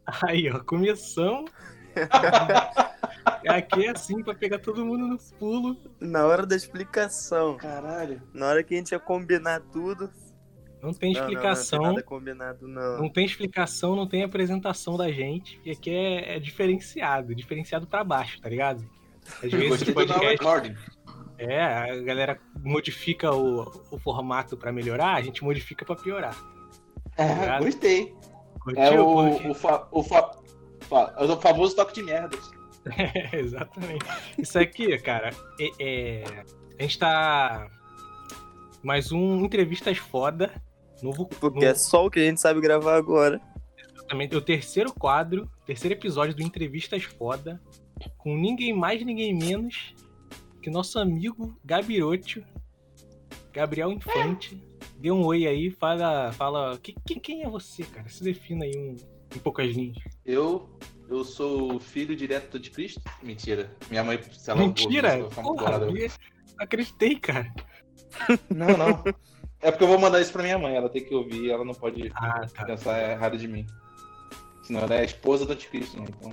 Aí, ó, começamos. Aqui é assim, pra pegar todo mundo no pulo. Na hora da explicação. Caralho. Na hora que a gente ia combinar tudo. Não tem explicação. Não tem nada combinado, não. Não tem explicação, não tem apresentação da gente. E aqui é diferenciado pra baixo, tá ligado? Às vezes Gostei o do now podcast. recording. A galera modifica o formato pra melhorar, a gente modifica pra piorar. Obrigado. Gostei. Curtiu? É o famoso toque de merda. Exatamente. Isso aqui, cara, a gente tá. Mais um Entrevistas Foda. Porque é só o que a gente sabe gravar agora. Exatamente. O terceiro episódio do Entrevistas Foda. Com ninguém mais, ninguém menos que nosso amigo Gabiroto, Gabriel Infante. Dê um oi aí, fala. Quem é você, cara? Se defina aí em poucas linhas. Eu sou o filho direto de Cristo? Mentira. Minha mãe, se ela Mentira? ouvir, Porra, não acreditei, cara. Não. É porque eu vou mandar isso pra minha mãe. Ela tem que ouvir, ela não pode Tá. pensar errado de mim. Senão ela é a esposa do anticristo, né? Então.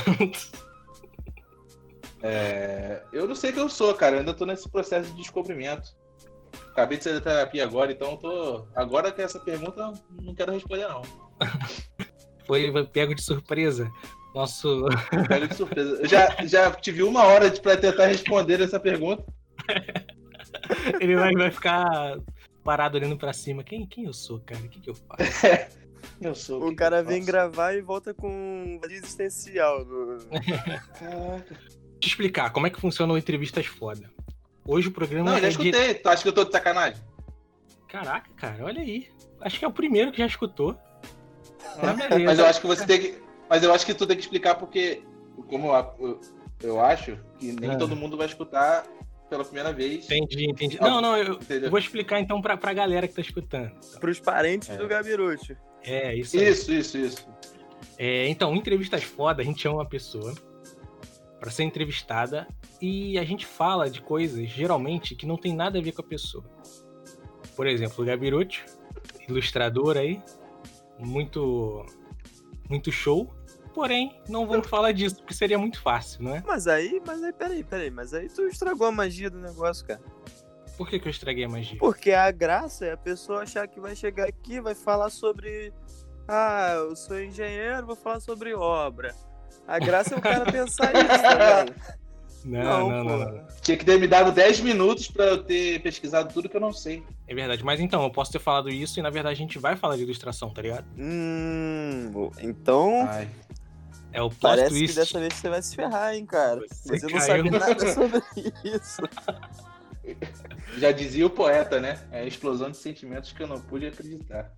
Eu não sei quem eu sou, cara. Eu ainda tô nesse processo de descobrimento. Acabei de sair da terapia agora, então eu tô. Agora que essa pergunta eu não quero responder, não. Foi pego de surpresa. Nosso. Pego de surpresa. Eu já tive 1 hora pra tentar responder essa pergunta. Ele vai ficar parado olhando pra cima. Quem eu sou, cara? O que eu faço? Eu sou. O cara vem gravar e volta com um vazio existencial. Caraca. Deixa eu explicar como é que funciona o Entrevistas Foda. Hoje o programa Não, eu já escutei. Tu acha que eu tô de sacanagem? Caraca, cara, olha aí. Acho que é o primeiro que já escutou. Beleza. Mas eu acho que você tem que. Mas eu acho que tu tem que explicar porque, como eu acho que nem todo mundo vai escutar pela primeira vez. Entendi. Não, eu vou explicar então pra galera que tá escutando. Então. Pros parentes do Gabiroto. Isso aí. Isso. Então, Entrevistas Foda, a gente chama uma pessoa pra ser entrevistada e a gente fala de coisas, geralmente, que não tem nada a ver com a pessoa. Por exemplo, o Gabiroto, ilustrador aí, muito show, porém, não vamos falar disso, porque seria muito fácil, não é? Mas aí, peraí, mas aí tu estragou a magia do negócio, cara. Por que eu estraguei a magia? Porque a graça é a pessoa achar que vai chegar aqui, vai falar sobre... eu sou engenheiro, vou falar sobre obra. A graça é o cara pensar isso, tá ligado? Não. Tinha que ter me dado 10 minutos pra eu ter pesquisado tudo que eu não sei. É verdade, mas então, eu posso ter falado isso e na verdade a gente vai falar de ilustração, tá ligado? Então... Ai. É o plot Parece twist. que dessa vez você vai se ferrar, hein, cara. Você não caiu. sabe nada sobre isso. Já dizia o poeta, né? É a explosão de sentimentos que eu não pude acreditar.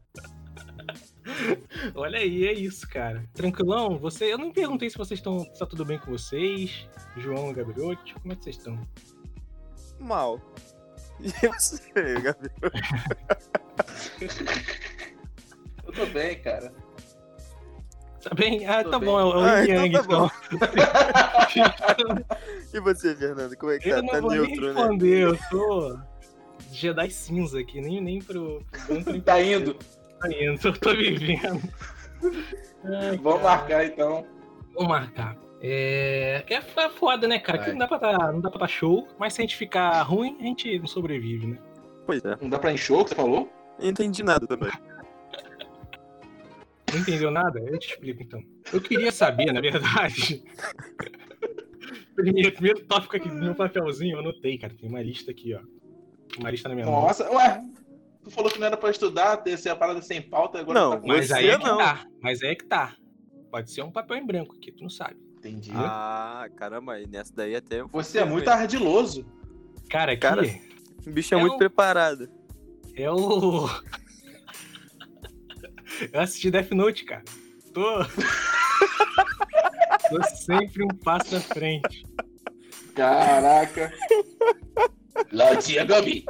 Olha aí, é isso, cara. Tranquilão? Eu não perguntei se vocês estão. Se tá tudo bem com vocês. João e Gabiroto, como é que vocês estão? Mal. E você, Gabriel? Eu tô bem, cara. Tá bem? Tô Tá bem. bom, é o Yang, então E você, Fernando, como é que Eu tá? não Tá vou nem neutro, né? responder, eu tô Jedi cinza aqui, nem pro banco. Tá indo. Tá indo, eu tô vivendo. Ai, Vamos cara. marcar, então. Vamos marcar. É foda, né, cara? Que não dá pra tá show, mas se a gente ficar ruim, a gente não sobrevive, né? Pois é. Não dá pra encher o que você falou? Não entendi nada também. Não entendeu nada? Eu te explico, então. Eu queria saber, na verdade... Primeiro tópico aqui do meu papelzinho, eu anotei, cara. Tem uma lista aqui, ó. Uma lista na minha mão. Nossa, ué. Tu falou que não era pra estudar, ter a parada sem pauta, agora Não, tá com Mas você aí é que não. tá. Mas aí é que tá. Pode ser um papel em branco aqui, tu não sabe. Entendi. Caramba, aí nessa daí até eu... Você é muito ardiloso. Cara, aqui Cara, o bicho é muito preparado. é o... Eu assisti Death Note, cara. Tô sempre um passo à frente. Caraca. Latinha Gabi.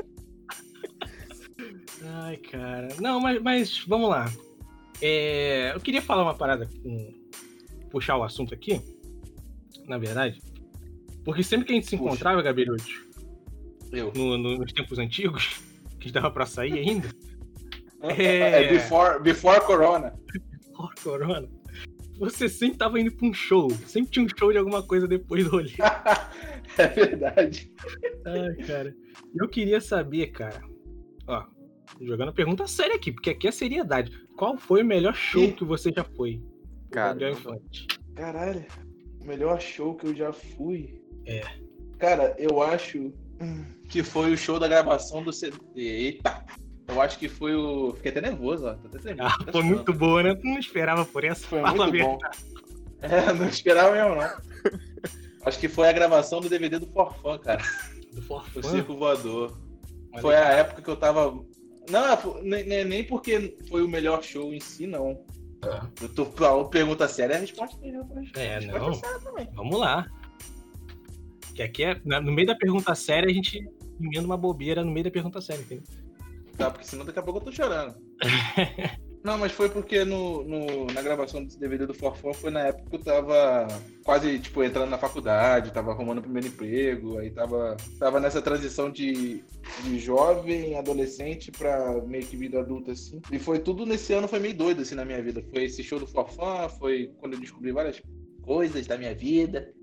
Ai, cara. Não, mas vamos lá. Eu queria falar uma parada, puxar o assunto aqui, na verdade, porque sempre que a gente se encontrava, Gabiroto, nos tempos antigos, que dava pra sair ainda, before Corona. Before Corona, você sempre tava indo pra um show. Sempre tinha um show de alguma coisa depois do rolê. É verdade. Ai, cara. Eu queria saber, cara. Ó, jogando pergunta séria aqui, porque aqui é seriedade. Qual foi o melhor show Ih. que você já foi? Cara, Gabriel Infante. Caralho, o melhor show que eu já fui. É. Cara, eu acho que foi o show da gravação do CD. Eita! Eu acho que foi o. Fiquei até nervoso, ó. Tô até tremendo. Ah, foi muito boa, né? Tu não esperava por essa. Foi Fala a muito bom. verdade. Não esperava mesmo, não. Acho que foi a gravação do DVD do Forfã, cara. Do O Forfã. Circo Voador. Olha Foi aí, a cara. época que eu tava. Não, nem porque foi o melhor show em si, não. Eu tô pergunta séria, a resposta é É, resposta não. séria também. Vamos lá. Que aqui é. No meio da pergunta séria, a gente emenda uma bobeira no meio da pergunta séria, entendeu? Tá, porque senão daqui a pouco eu tô chorando. Não, mas foi porque na gravação desse DVD do Forfã foi na época que eu tava quase, tipo, entrando na faculdade, tava arrumando o primeiro emprego, aí tava nessa transição de jovem, adolescente pra meio que vida adulta, assim. E foi tudo nesse ano, foi meio doido, assim, na minha vida. Foi esse show do Forfã, foi quando eu descobri várias coisas da minha vida.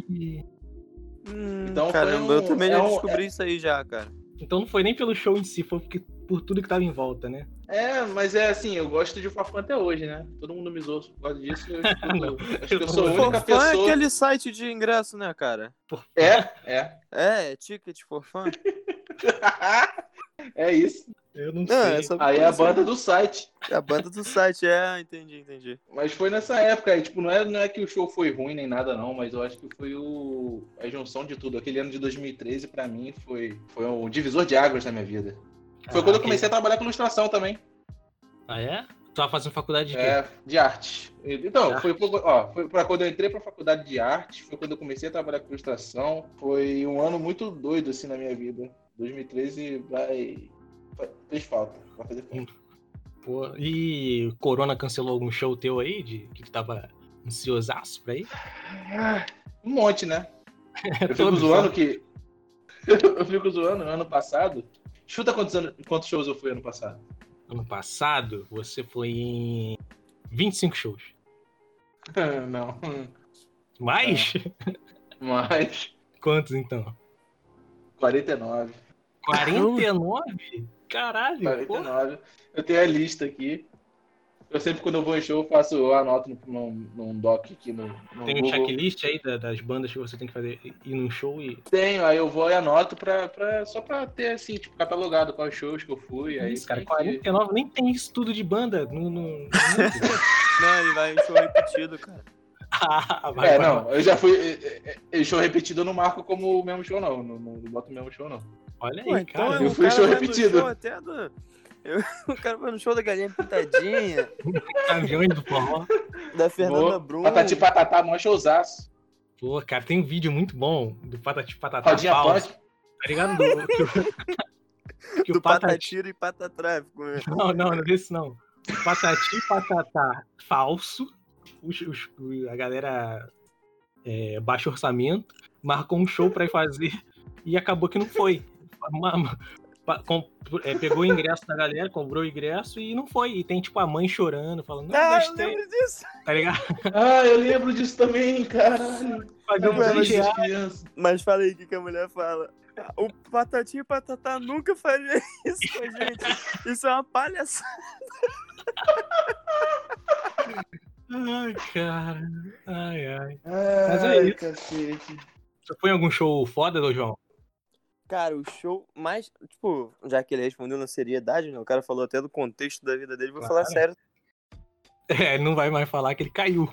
Então caramba, foi eu também já descobri isso aí já, cara. Então não foi nem pelo show em si, foi por tudo que tava em volta, né? Mas é assim, eu gosto de Forfã até hoje, né? Todo mundo me zoou por causa disso. Eu Não. acho que eu sou a única Forfã é pessoa. aquele site de ingresso, né, cara? É. É ticket Forfã. É isso. Eu não Não, sei. é só Aí é a banda do site. É a banda do site, entendi. Mas foi nessa época aí, tipo, não é que o show foi ruim nem nada não, mas eu acho que foi a junção de tudo. Aquele ano de 2013 pra mim foi um divisor de águas na minha vida. Foi quando eu comecei a trabalhar com ilustração também. Ah, é? Tu tava fazendo faculdade de quê? De arte. Então, De foi pra quando eu entrei pra faculdade de arte, foi quando eu comecei a trabalhar com ilustração. Foi um ano muito doido, assim, na minha vida. 2013 fez falta, vai fazer falta. Pô, e Corona cancelou algum show teu aí, que tu tava ansiosaço pra ir? Um monte, né? Eu fico Todos, zoando só. que... Eu fico zoando, ano passado... Chuta quantos shows eu fui ano passado. Ano passado, você foi em 25 shows. Não. Mais? Mas... Quantos, então? 49. 49? Caralho, 49. Eu tenho a lista aqui. Eu sempre, quando eu vou em show, eu anoto num doc aqui no Tem um Google. checklist aí das bandas que você tem que fazer, ir num show e... Tenho, aí eu vou e anoto só pra ter, assim, tipo, catalogado quais shows que eu fui. Aí Isso, cara, tem 49 nem tem isso tudo de banda. Não, ele vai em show repetido, cara. Vai. Não, eu já fui. Show repetido eu não marco como o mesmo show, não. Não boto o mesmo show, não. Olha aí, Pô, então cara. eu fui o cara show vai no repetido. show até o cara vai no show da Galinha Pintadinha, Caminhões do forró. da Fernanda Brum. Patati Patatá, mó showzaço. Pô, cara, tem um vídeo muito bom do Patati Patatá Rodinha falso. Punk. Tá ligado? Que do o Patati... Patatiro e Patatráfico. Né? Não é desse não. O Patati Patatá falso. A galera baixo orçamento marcou um show pra ir fazer e acabou que não foi. Pegou o ingresso da galera, cobrou o ingresso e não foi. E tem tipo a mãe chorando, falando, não, Eu gastei. lembro disso. Tá ligado? Eu lembro disso também, caralho. Pagou Não, mas 2 reais. Criança. Mas fala aí o que a mulher fala. O Patati e Patatá nunca faria isso com a gente. Isso é uma palhaçada. Ai, cara. Ai. Mas é isso. Cacete. Você foi em algum show foda, do João? Cara, o show mais... Tipo, já que ele respondeu na seriedade, né? O cara falou até do contexto da vida dele. Vou falar sério. Ele não vai mais falar que ele caiu.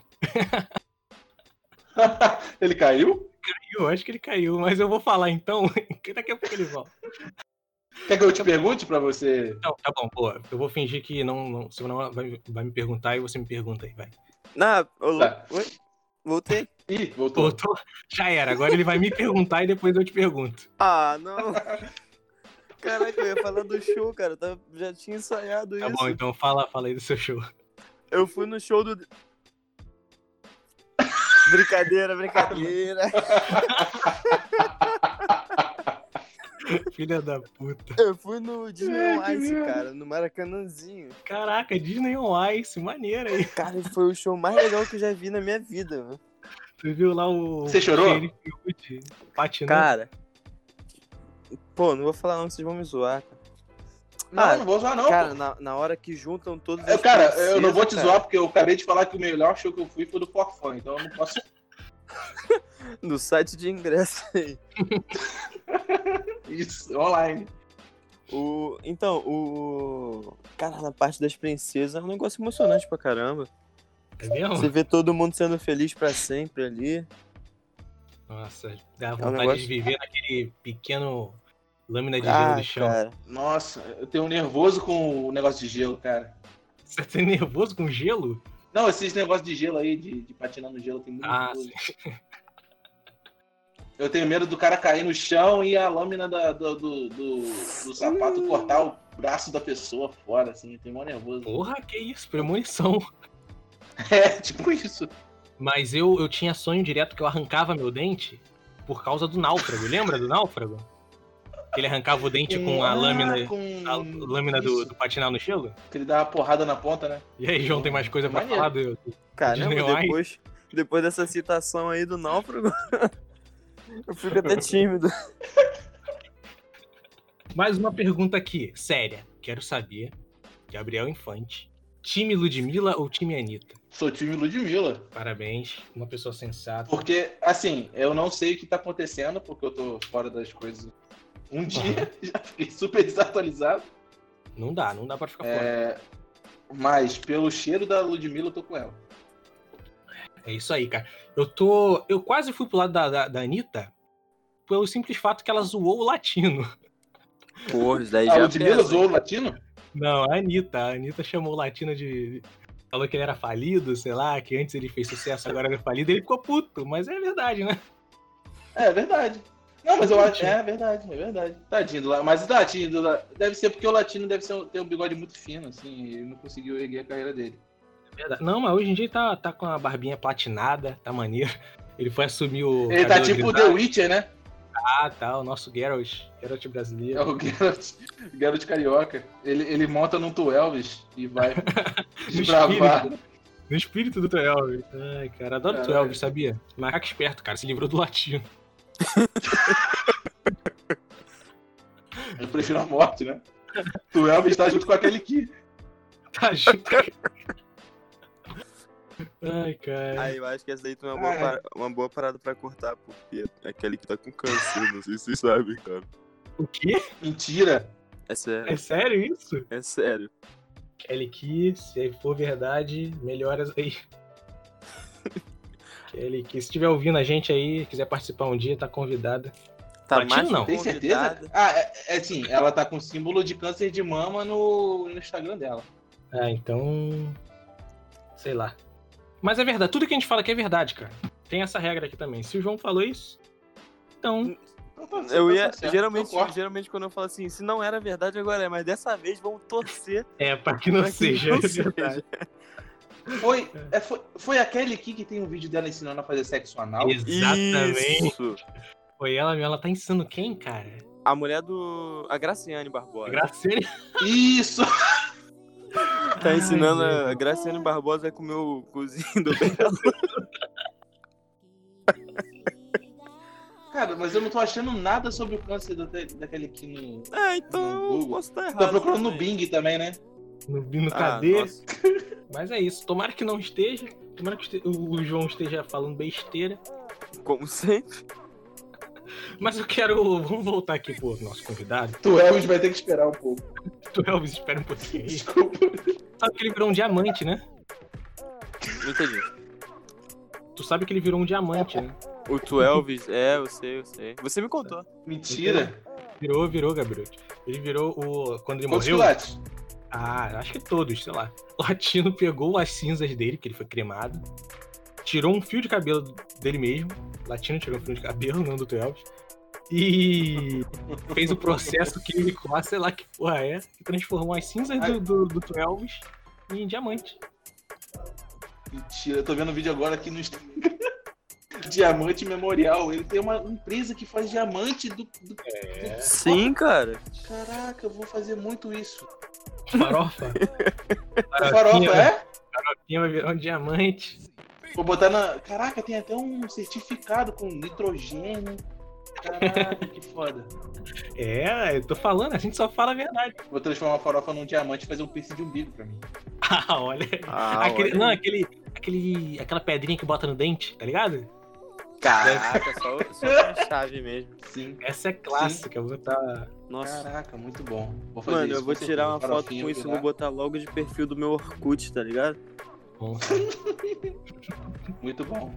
Ele caiu? Eu acho que ele caiu, mas eu vou falar então, que daqui a pouco ele volta. Quer que eu te pergunte pra você? Não, tá bom, pô. Eu vou fingir que não você não vai me perguntar e você me pergunta aí, vai. Não, Tá. Oi? Voltei. Ih, voltou. Voltou? Já era, agora ele vai me perguntar e depois eu te pergunto. Ah, não. Caraca, eu ia falar do show, cara. Já tinha ensaiado Tá isso. bom, então fala aí do seu show. Eu fui no show do... Brincadeira. Filha da puta. Eu fui no Disney on Ice, cara, no Maracanãzinho. Caraca, Disney on Ice, maneiro aí. Cara, foi o show mais legal que eu já vi na minha vida, mano. Tu viu lá o... Você chorou? Xerife Woody patinando? Cara, pô, não vou falar não, vocês vão me zoar, cara. Não, não vou zoar não, Cara, pô. na hora que juntam todos Cara, eu não vou te cara, zoar porque eu acabei de falar que o melhor show que eu fui foi do Forfã, então eu não posso... no site de ingresso aí. Isso, online. Cara, na parte das princesas é um negócio emocionante pra caramba. É mesmo? Você vê todo mundo sendo feliz pra sempre ali. Nossa, dá um vontade negócio- de viver naquele pequeno lâmina de gelo do chão. Cara. Nossa, eu tenho nervoso com o negócio de gelo, cara. Você tá nervoso com gelo? Não, esses negócios de gelo aí, de patinar no gelo, tem muito nervoso. Sim. Eu tenho medo do cara cair no chão e a lâmina do sapato cortar o braço da pessoa fora, assim. Eu tenho mó nervoso. Porra, que isso, premonição. É, tipo isso. Mas eu tinha sonho direto que eu arrancava meu dente por causa do náufrago. Lembra do náufrago? Que ele arrancava o dente com a lâmina, a lâmina do patinar no gelo? Que ele dá uma porrada na ponta, né? E aí, João, tem mais coisa pra Maneiro. falar do Caramba, Disney on Ice? depois dessa citação aí do náufrago, eu fico até tímido. Mais uma pergunta aqui, séria. Quero saber, Gabriel Infante, time Ludmilla ou time Anitta? Sou time Ludmilla. Parabéns, uma pessoa sensata. Porque, assim, eu não sei o que tá acontecendo, porque eu tô fora das coisas. Um dia, já fiquei super desatualizado. Não dá pra ficar fora. Mas, pelo cheiro da Ludmilla, eu tô com ela. É isso aí, cara. Eu quase fui pro lado da Anitta pelo simples fato que ela zoou o latino. Porra, isso daí A já Ludmilla pesa. zoou o latino? Não, a Anitta chamou o latino de... Falou que ele era falido, sei lá, que antes ele fez sucesso, agora ele é falido. Ele ficou puto, mas é verdade, né? É verdade. Não, mas eu acho. É verdade. Tadinho do latino. Mas tadinho do latino. Deve ser porque o latino deve ter um bigode muito fino, assim, e ele não conseguiu erguer a carreira dele. É verdade. Não, mas hoje em dia ele tá com a barbinha platinada, tá maneiro. Ele foi assumir o... Ele tá cabelo tipo o grisalho. The Witcher, né? Ah, tá, o nosso Geralt brasileiro. É o Geralt carioca. Ele monta num Elvis e vai desbravar. No espírito do Elvis. Ai, cara, adoro o Elvis, sabia? Macaco esperto, cara, se livrou do latino. Eu prefiro a morte, né? O Elvis tá junto com aquele que. Tá junto. Ai, cara. Aí eu acho que essa daí é uma boa parada pra cortar, porque é aquele que tá com câncer, não sei se vocês sabem, cara. O quê? Mentira! É sério, É sério isso? é sério. Kelly Key, se for verdade, melhoras aí. Kelly Key, se estiver ouvindo a gente aí, quiser participar um dia, tá convidada. Tá Latino, mais não. Tem certeza? Sim, ela tá com símbolo de câncer de mama no Instagram dela. Ah, então... Sei lá. Mas é verdade, tudo que a gente fala aqui é verdade, cara. Tem essa regra aqui também. Se o João falou isso, então... Eu ia, Tá certo, geralmente quando eu falo assim, se não era verdade, agora é, mas dessa vez vamos torcer pra que não pra que seja, não é verdade. Foi aquele que tem um vídeo dela ensinando a fazer sexo anal. Exatamente. Isso. Foi ela mesmo. Ela tá ensinando quem, cara? A mulher a Graciane Barbosa. Graciane. Isso! Tá ensinando Ai, a Graciane Barbosa a comer o cozinho do Belo. Cara, mas eu não tô achando nada sobre o câncer daquele aqui no. Então No eu Google. posso estar errado. Tá procurando no também. Bing também, né? No cadê? Nossa. Mas é isso. Tomara que não esteja. Tomara que o João esteja falando besteira. Como sempre. Mas eu quero... Vamos voltar aqui pro nosso convidado. Tu Elvis vai ter que esperar um pouco. Tu, Elvis, espera um pouquinho aí. Desculpa. Sabe que ele virou um diamante, né? Não entendi. Tu sabe que ele virou um diamante, né? O Twelves, eu sei. Você me contou. Mentira. Virou, Gabriel. Ele virou o... Quando ele Quantos morreu... quilates? Ah, acho que todos, sei lá. O Latino pegou as cinzas dele, que ele foi cremado, tirou um fio de cabelo dele mesmo. O Latino tirou um fio de cabelo, não do Elvis. E fez o processo químico lá, sei lá que porra é, que transformou as cinzas do Elvis em diamante. Mentira, eu tô vendo o vídeo agora aqui no Instagram. Diamante Memorial. Ele tem uma empresa que faz diamante do... Sim, cara. Caraca, eu vou fazer muito isso. Farofa. Farofa, é? Farofinha vai virar um diamante. Vou botar na... Caraca, tem até um certificado com nitrogênio. Caraca, que foda. Eu tô falando, a gente só fala a verdade. Vou transformar a farofa num diamante e fazer um piercing de umbigo pra mim. Olha. Olha. Não, aquela pedrinha que bota no dente, tá ligado? Caraca, só uma chave mesmo. Sim. Essa é clássica, eu vou botar. Nossa. Caraca, muito bom. Vou fazer Mano, isso, eu vou com tirar uma certeza. foto Farofinha com isso e virar. vou botar logo de perfil do meu Orkut, tá ligado? Bom, Muito bom.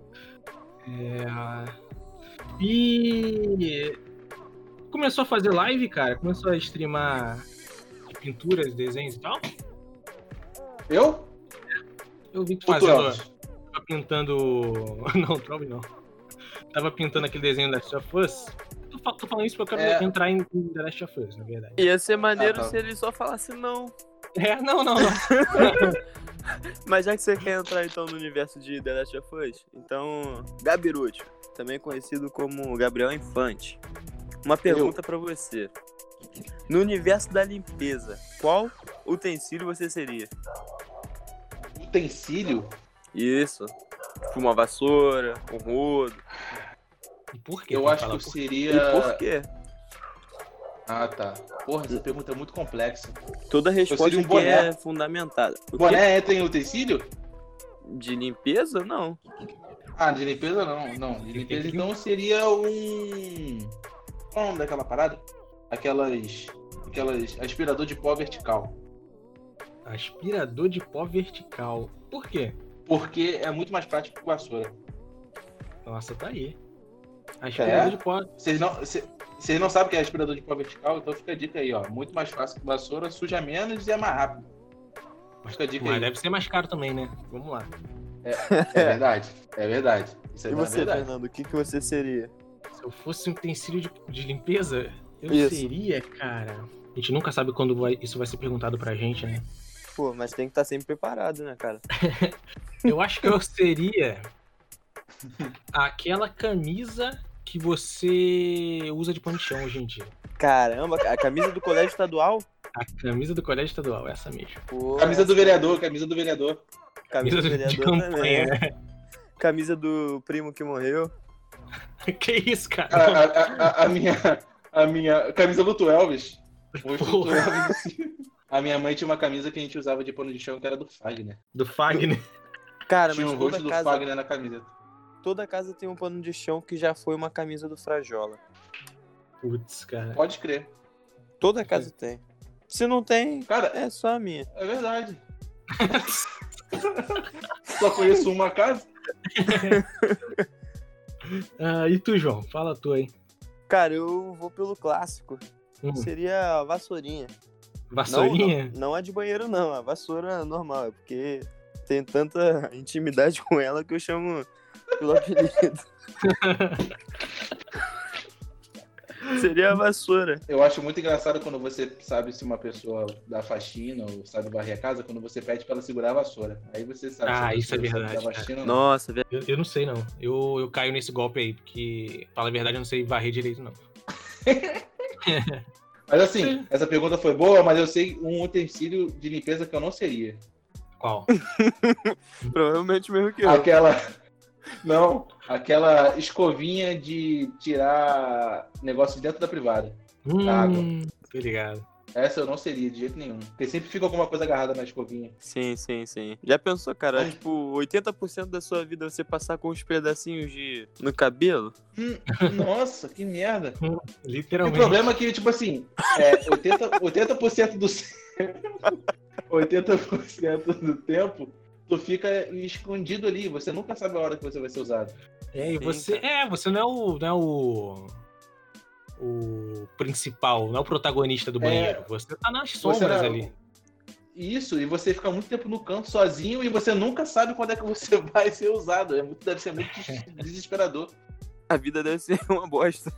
E começou a fazer live, cara? Começou a streamar pinturas, desenhos e tal? Eu? Eu vi tu Ou tu, fazendo. Elvis? Tava pintando. Não, Troll não. Tava pintando aquele desenho da Last of Us. Tô falando isso porque eu quero entrar em The Last of Us, na verdade. Ia ser maneiro tá. se ele só falasse não. Não. Mas já que você quer entrar então no universo de The Last of Us, então, Gabiruti, também conhecido como Gabriel Infante, uma pergunta pra você. No universo da limpeza, qual utensílio você seria? Utensílio? Isso. Uma vassoura, um rodo. E por quê? Eu acho que eu seria... E por quê? Ah, tá. Porra, essa pergunta é muito complexa. Toda resposta seria um aqui boné. é fundamentada. O quê? Boné entra em utensílio? De limpeza? Não. Ah, de limpeza não. Não, de limpeza então seria um... Qual é o nome daquela parada? Aquelas aspirador de pó vertical. Aspirador de pó vertical. Por quê? Porque é muito mais prático que vassoura. Nossa, tá aí. Aspirador de pó. Vocês não sabem o que é aspirador de pó vertical, então fica a dica aí, ó. Muito mais fácil que vassoura, suja menos e é mais rápido. Fica a dica Mas aí. deve ser mais caro também, né? Vamos lá. É verdade. É verdade. Isso é E você, verdade. Fernando, o que você seria? Se eu fosse um utensílio de limpeza, eu Isso. seria, cara. A gente nunca sabe quando isso vai ser perguntado pra gente, né? Pô, mas tem que estar sempre preparado, né, cara? Eu acho que eu seria aquela camisa que você usa de pano de chão hoje em dia. Caramba, a camisa do colégio estadual? A camisa do colégio estadual, essa mesmo. Pô, Camisa do essa- vereador. Camisa do Camisa de vereador campanha, também. né? Camisa do primo que morreu. Que isso, cara? A minha camisa do Elvis. Hoje do Porra. Elvis. A minha mãe tinha uma camisa que a gente usava de pano de chão que era do Fagner. Do Fagner. Cara, Tinha mas o rosto do toda Fagner na camisa. casa tem um pano de chão que já foi uma camisa do Frajola. Putz, cara. Pode crer. Toda casa tem. Se não tem, Cara, é só a minha. é verdade. Só conheço uma casa. E tu, João? Fala tu aí. Cara, eu vou pelo clássico. Seria a vassourinha. Vassourinha? Não a de banheiro, não. A vassoura normal. É porque tem tanta intimidade com ela que eu chamo pelo apelido. Seria a vassoura. Eu acho muito engraçado quando você sabe se uma pessoa dá faxina ou sabe varrer a casa, quando você pede pra ela segurar a vassoura. Aí você sabe se a Isso é pessoa sabe verdade, dar cara. faxina ou não. Nossa, velho. Eu não sei, não. Eu caio nesse golpe aí, porque, fala a verdade, eu não sei varrer direito, não. Mas assim, essa pergunta foi boa, mas eu sei um utensílio de limpeza que eu não seria. Qual? Provavelmente mesmo que eu. Aquela escovinha de tirar negócio de dentro da privada. Água. Tô ligado. Essa eu não seria de jeito nenhum. Porque sempre fica alguma coisa agarrada na escovinha. Sim. Já pensou, cara? Tipo, 80% da sua vida você passar com uns pedacinhos no cabelo? Nossa, que merda. O Literalmente. problema é que, tipo assim, 80% do 80% do tempo, tu fica escondido ali. Você nunca sabe a hora que você vai ser usado. E você. Você não é o principal, não é o protagonista do banheiro. Você tá nas sombras ali. Isso, e você fica muito tempo no canto sozinho e você nunca sabe quando é que você vai ser usado. Deve ser muito desesperador. A vida deve ser uma bosta.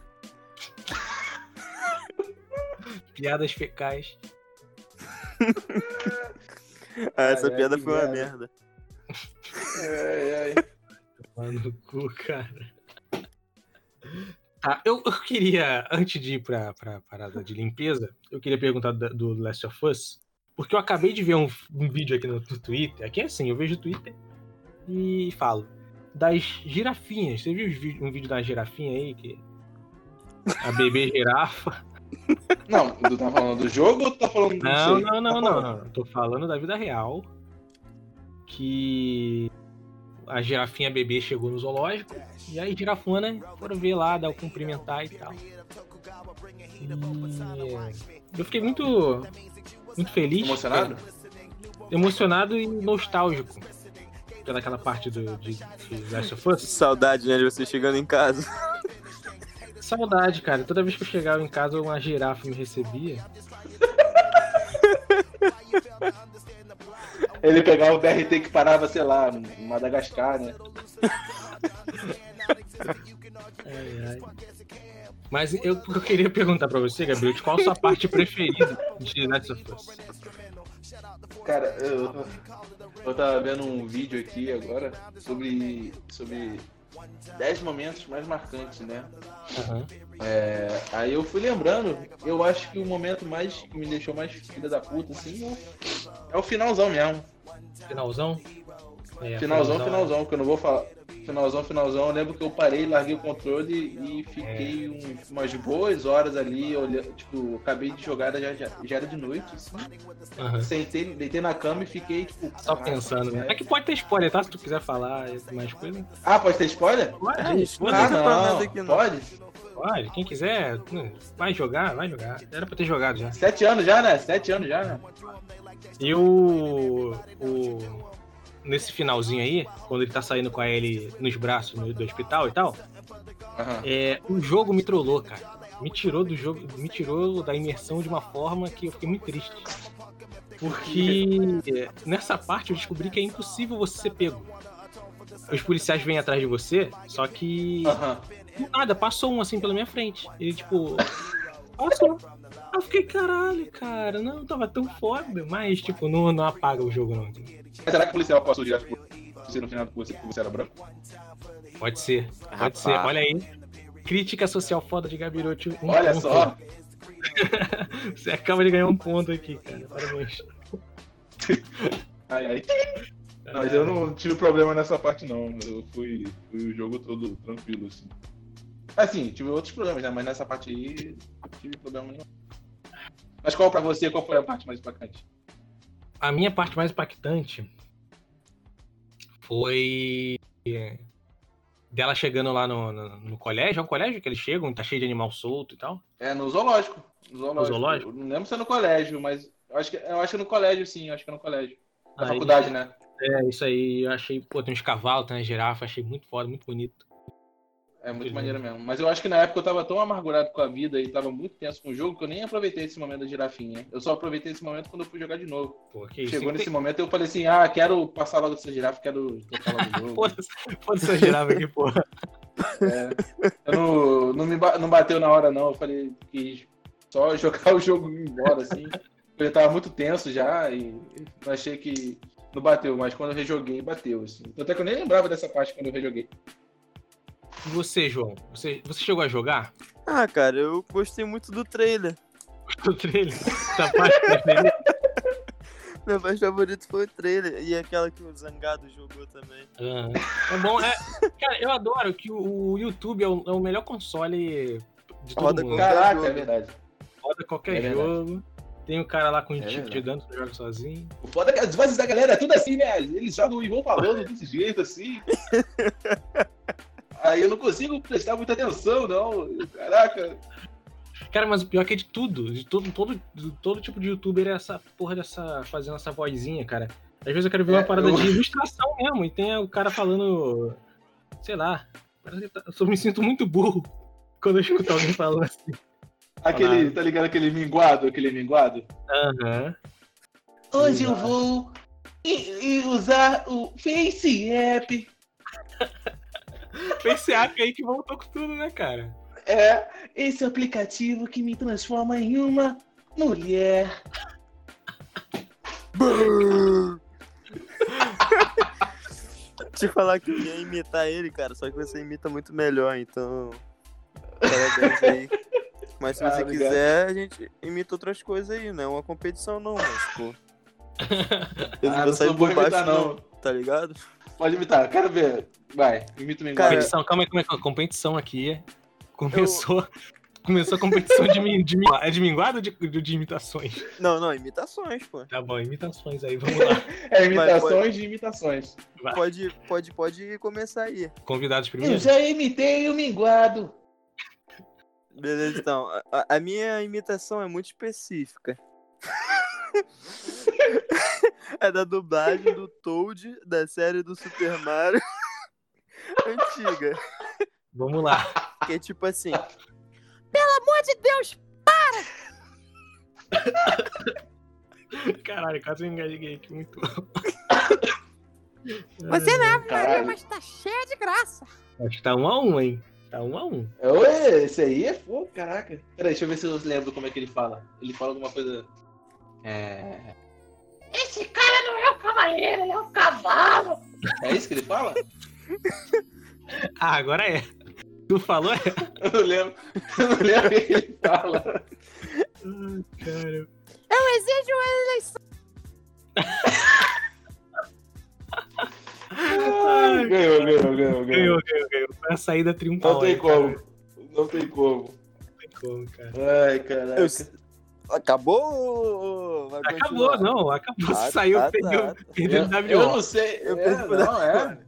Piadas fecais. Essa piada foi uma merda. Ai. Mano, cu, cara. Tá, eu queria, antes de ir pra parada de limpeza, eu queria perguntar do Last of Us, porque eu acabei de ver um vídeo aqui no Twitter. Aqui é assim, eu vejo o Twitter e falo. Das girafinhas. Você viu um vídeo da girafinha aí? Que a bebê girafa. Não, tu tá falando do jogo ou tu tá falando do Não. Tô falando da vida real. Que a girafinha bebê chegou no zoológico. E aí, girafona, foram ver lá, dar o cumprimentar e tal. E eu fiquei muito feliz. Emocionado? Emocionado e nostálgico. Daquela parte de Last of Us. Saudade, né, de você chegando em casa. Saudade, cara. Toda vez que eu chegava em casa, uma girafa me recebia. Ele pegava o BRT que parava, sei lá, em Madagascar, né? Ai. Mas eu queria perguntar pra você, Gabriel, qual a sua parte preferida de Last of Us? Cara, eu tava vendo um vídeo aqui agora sobre 10 momentos mais marcantes, né? Uhum. Aí eu fui lembrando, eu acho que o momento que me deixou mais filha da puta, assim, é o finalzão mesmo. Finalzão? Finalzão, que eu não vou falar. Finalzão, eu lembro que eu parei, larguei o controle e fiquei umas boas horas ali, olhando, tipo, acabei de jogar, já era de noite, assim. Uhum. Sentei, deitei na cama e fiquei, tipo... Só pensando, né? É que pode ter spoiler, tá? Se tu quiser falar mais coisa. Ah, pode ter spoiler? Pode, Não, pode? Pode, quem quiser, vai jogar. Era pra ter jogado já. 7 anos já, né? E nesse finalzinho aí, quando ele tá saindo com a Ellie nos braços do hospital e tal, o jogo me trollou, cara. Me tirou do jogo, me tirou da imersão de uma forma que eu fiquei muito triste. Porque nessa parte eu descobri que é impossível você ser pego. Os policiais vêm atrás de você, só que... Do nada, passou um assim pela minha frente. Ele, tipo... Passou. Eu fiquei, caralho, cara, não, tava tão foda. Mas, tipo, não apaga o jogo, não. Mas será que o policial passou direto por você no final porque você era branco? Pode ser. Olha aí. Crítica social foda de Gabiroto. Olha ponto. Só. Você acaba de ganhar um ponto aqui, cara. Parabéns. Ai. Mas eu não tive problema nessa parte, não. Eu fui o jogo todo tranquilo, assim. Assim, tive outros problemas, né? Mas nessa parte aí, não tive problema nenhum. Mas qual pra você, qual foi a parte mais impactante? A minha parte mais impactante foi dela chegando lá no colégio. É um colégio que eles chegam, tá cheio de animal solto e tal? É, no zoológico. No zoológico? Não lembro se é no colégio, mas eu acho que é no colégio, sim. Acho que é no colégio. Na faculdade, né? É, isso aí. Eu achei, tem uns cavalos, tem uma girafa. Achei muito foda, muito bonito. É muito maneiro mesmo. Mas eu acho que na época eu tava tão amargurado com a vida e tava muito tenso com o jogo que eu nem aproveitei esse momento da girafinha. Eu só aproveitei esse momento quando eu fui jogar de novo. Pô, chegou nesse momento eu falei assim, quero passar logo dessa girafa, quero tocar logo do jogo. Foda-se essa girafa aqui, porra. Não bateu na hora, não. Eu falei que só jogar o jogo e ir embora, assim. Eu tava muito tenso já e eu achei que não bateu, mas quando eu rejoguei, bateu, assim. Até que eu nem lembrava dessa parte quando eu rejoguei. E você, João? Você chegou a jogar? Ah, cara, eu gostei muito do trailer. Do trailer? Essa parte preferida? Meu mais favorito foi o trailer. E aquela que o Zangado jogou também. É bom, cara, eu adoro que o YouTube é o melhor console de todo mundo. Caraca, é verdade. Roda qualquer jogo. Tem um cara lá com um chip de dano que joga sozinho. O foda é que as vozes da galera é tudo assim, né? Eles jogam e vão falando desse jeito, assim. Aí eu não consigo prestar muita atenção, não. Caraca. Cara, mas o pior é que é de tudo. De todo tipo de youtuber é essa porra fazendo essa vozinha, cara. Às vezes eu quero ver uma parada de ilustração mesmo. E tem o cara falando... Sei lá. Eu me sinto muito burro quando eu escuto alguém falando assim. Tá ligado aquele minguado? Aham. Hoje eu vou usar o Face App. Face App aí que voltou com tudo, né, cara? É, esse aplicativo que me transforma em uma mulher. te falar que eu ia imitar ele, cara, só que você imita muito melhor, então... Parabéns aí. Mas se você obrigado. quiser, a gente imita outras coisas aí, não é uma competição não, mas, pô... Eu não não vou sair sou bom por em baixo imitar, não, não. tá ligado? Pode imitar, quero ver. Vai, imita o Mingau. Cara, Competição, calma aí, competição aqui. Começou a competição de minguada ou de imitações? Não, imitações, pô. Tá bom, imitações aí, vamos lá. É imitações de imitações. Vai. Pode começar aí. Convidados primeiro? Eu já imitei o Minguado. Beleza, então. A minha imitação é muito específica. É da dublagem do Toad, da série do Super Mario antiga. Vamos lá. Que é tipo assim... Pelo amor de Deus! Caralho, quase me engasguei aqui, muito. Você não é Ave Maria, Caralho. mas tá cheia de graça. Acho que tá 1-1, hein? Tá 1-1. Ué, esse aí é fogo, caraca. Peraí, deixa eu ver se eu lembro como é que ele fala. Ele fala alguma coisa... Esse cara não é o cavaleiro, ele é o cavalo. É isso que ele fala? Ah, agora é. Tu falou? É? Eu não lembro o que ele fala. Ai, cara. Eu exijo eleição. Ai, Ganhou. ganhou. Foi a saída triunfal. Não tem aí, como. cara. Não tem como. Não tem como, cara. Ai, caraca. Acabou? Vai Acabou, continuar? não. Acabou. Ah, Saiu, tá. perdeu o Eu WO. não sei. Eu perdi pro não, é.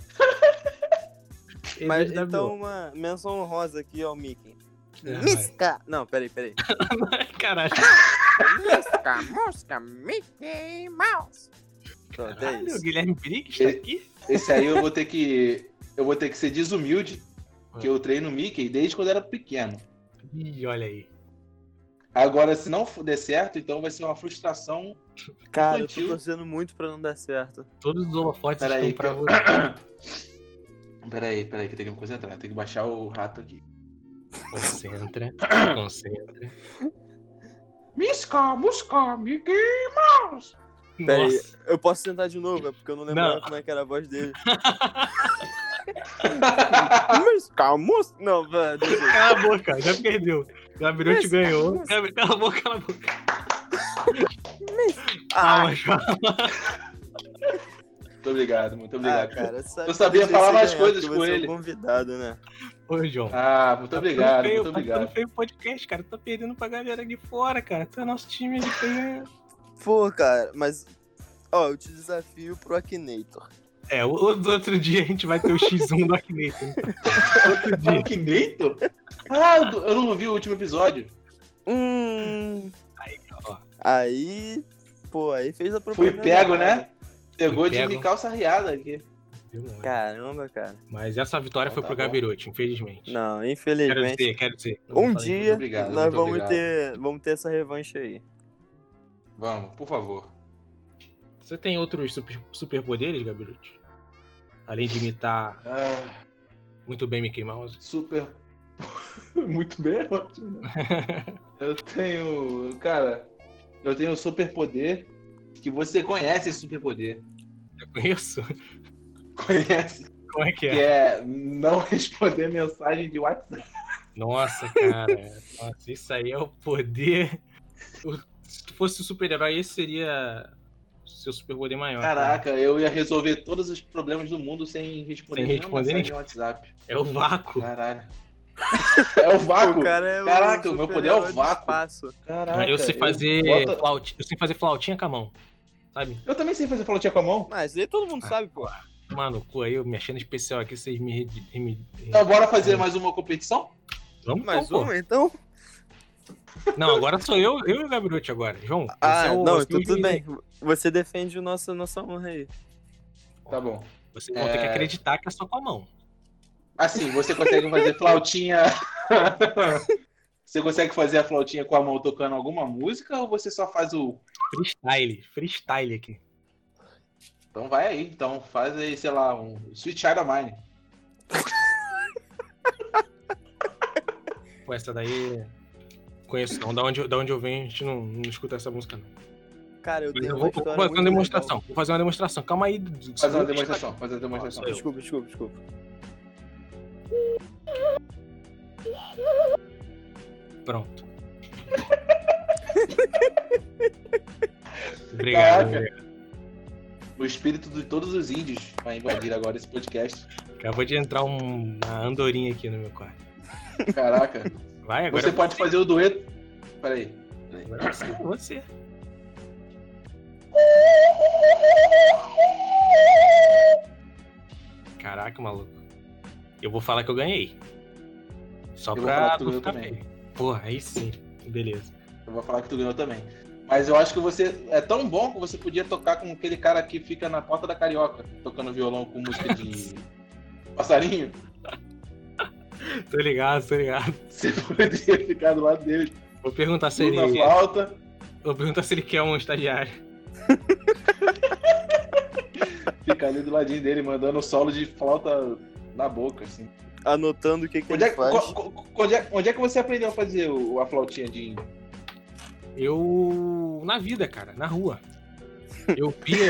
Mas Perdeu o então WO. uma menção honrosa aqui ao Mickey. É, Misca! Não, peraí. Caralho. Misca, mosca, Mickey Mouse. Pronto, é Caralho, o isso. Guilherme Briggs tá aqui? Esse aí eu vou ter que ser desumilde, que eu treino Mickey desde quando era pequeno. Ih, olha aí. Agora, se não der certo, então vai ser uma frustração. Cara, eu tô infantil. torcendo muito pra não dar certo. Todos os holofotes Peraí, estão pra que você. Peraí, que eu tenho que me concentrar. Tem que baixar o rato aqui. Concentra. Misca, Mickey Mouse. Peraí, Nossa. eu posso tentar de novo, é porque eu não lembrava Não. como é que era a voz dele. Misca, mosca... Não, velho. Cala a boca, já perdeu. Gabriel te ganhou. Cala a boca. Ah, Muito obrigado, muito obrigado. cara, sabe Eu sabia que falar você mais ganhar, coisas porque com você é um ele. convidado, né? Ô, João. Muito obrigado, muito Tá obrigado. ficando feio o podcast, cara. Tu tá perdendo pra galera de fora, cara. Tu é nosso time de ganha. Pô, cara, mas... Ó, eu te desafio pro Akinator. É, o outro dia a gente vai ter o X1 do Akinator. Outro dia. Akinator? Eu não vi o último episódio. Aí, ó. Aí... Pô, aí fez a Fui propaganda. pego, né? Pegou Fui de pego. me calça riada aqui. Viu, mano? Caramba, cara. Mas essa vitória Então foi tá pro bom. Gabirote, infelizmente. Não, infelizmente. Quero dizer. Não Um falei dia obrigado, nós muito obrigado. vamos ter essa revanche aí. Vamos, por favor. Você tem outros superpoderes, Gabirote? Além de imitar muito bem Mickey Mouse. Super. Muito bem, ótimo. Eu tenho um superpoder que você conhece esse superpoder. Eu conheço? Conhece? Como é que Que é? é não responder mensagem de WhatsApp. Nossa, cara. Nossa, isso aí é o poder. Se tu fosse o super-herói, esse seria seu superpoder maior. cara. Caraca, eu ia resolver todos os problemas do mundo sem responder Sem nenhuma responder mensagem no WhatsApp. É o vácuo. Caralho. É o vácuo. O cara é Caraca, o meu poder é o super-herói do vácuo. espaço. Caraca, Eu sei fazer bota- flautinha. Eu sei fazer flautinha com a mão. Sabe? Eu também sei fazer flautinha com a mão. Mas aí todo mundo sabe, pô. Mano, pô, aí eu me achando especial aqui, vocês me. Então bora fazer mais uma competição? Vamos Mais então, pô. uma, então? Não, agora sou eu e o Gabirote agora. João, você é o- Não, você é o então tudo juiz aí. bem. Você defende nossa honra aí. Tá bom. Vocês vão ter que acreditar que é só com a mão. Assim, você consegue fazer flautinha. Você consegue fazer a flautinha com a mão tocando alguma música ou você só faz o. Freestyle aqui. Então vai aí, então faz aí, sei lá, um Sweet Child of Mine. Pô, essa daí. Conheço não. Da onde eu venho, a gente não escuta essa música, não. Cara, eu tenho Eu uma vou história fazer muito uma demonstração. Vou fazer uma demonstração. Calma aí. Faz uma demonstração. legal. Desculpa. Pronto. Obrigado. Caraca. O espírito de todos os índios vai invadir agora esse podcast. Acabou de entrar uma andorinha aqui no meu quarto. Caraca. Vai, agora Você pode fazer o dueto. Peraí. Agora você. Caraca, maluco. Eu vou falar que eu ganhei. Só Eu vou falar pra que tu não ganhou ficar também. feio. Porra, aí sim. Beleza. Eu vou falar que tu ganhou também. Mas eu acho que você é tão bom que você podia tocar com aquele cara que fica na porta da Carioca, tocando violão com música de passarinho. Tô ligado. Você poderia ficar do lado dele. Vou perguntar se Tu na ele. flauta. Vou perguntar se ele quer um estagiário. Ficar ali do ladinho dele, mandando solo de flauta na boca, assim. Anotando o que Onde ele é, faz. onde é que você aprendeu a fazer a flautinha de índio? Eu. Na vida, cara, na rua. Eu via.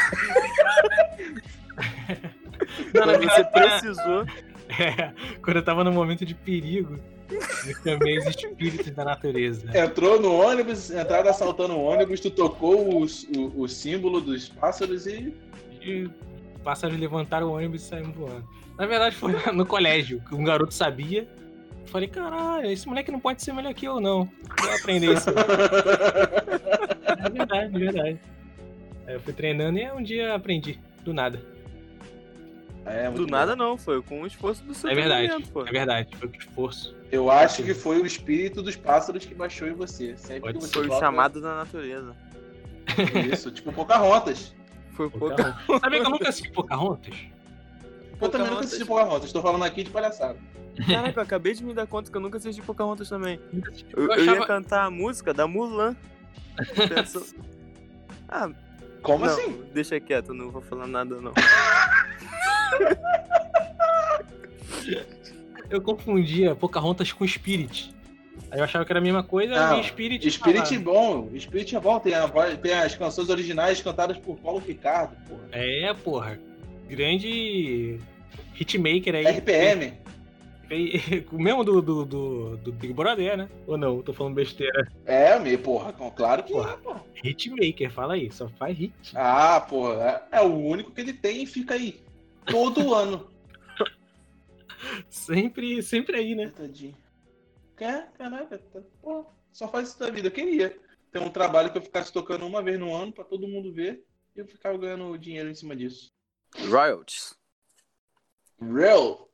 Não, na Quando você verdade, precisou. quando eu tava num momento de perigo, eu chamei os espíritos da natureza. Entrou no ônibus, entraram assaltando o ônibus, tu tocou o símbolo dos pássaros e... E pássaros levantaram o ônibus e saíram voando. Na verdade, foi no colégio, que um garoto sabia. Eu falei, caralho, esse moleque não pode ser melhor que eu, não. Vou aprender isso. É verdade. Aí eu fui treinando e um dia aprendi, do nada. muito Do bom. nada não, foi com o esforço do seu É verdade, treinamento, pô. é verdade, foi com esforço. Eu acho que foi o espírito dos pássaros que baixou em você. Sempre Pode que você Foi o toca chamado da natureza. isso, tipo Pocahontas. Foi pouca. Sabia que eu nunca assisti Pocahontas? Eu também nunca assisti Pocahontas, tô falando aqui de palhaçada. Caraca, eu acabei de me dar conta que eu nunca assisti Pocahontas também. Eu Eu achava... ia cantar a música da Mulan. Pensou... Ah, Como não, assim? deixa quieto, não vou falar nada não. Eu confundia Pocahontas com Spirit. Aí eu achava que era a mesma coisa, eu Não, vi Spirit. Spirit é bom, Spirit é bom, tem as canções originais cantadas por Paulo Ricardo, porra. É, porra. Grande hitmaker aí. RPM. O mesmo do Big Brother, né? Ou não? Tô falando besteira. Porra, claro que Porra. é, porra. Hitmaker, fala aí, só faz hit. Ah, porra, é o único que ele tem e fica aí. Todo ano. Sempre aí, né? Tadinho. Caraca, porra, só faz isso da vida. Eu queria ter um trabalho que eu ficasse tocando uma vez no ano pra todo mundo ver e eu ficava ganhando dinheiro em cima disso. Royalties. Real.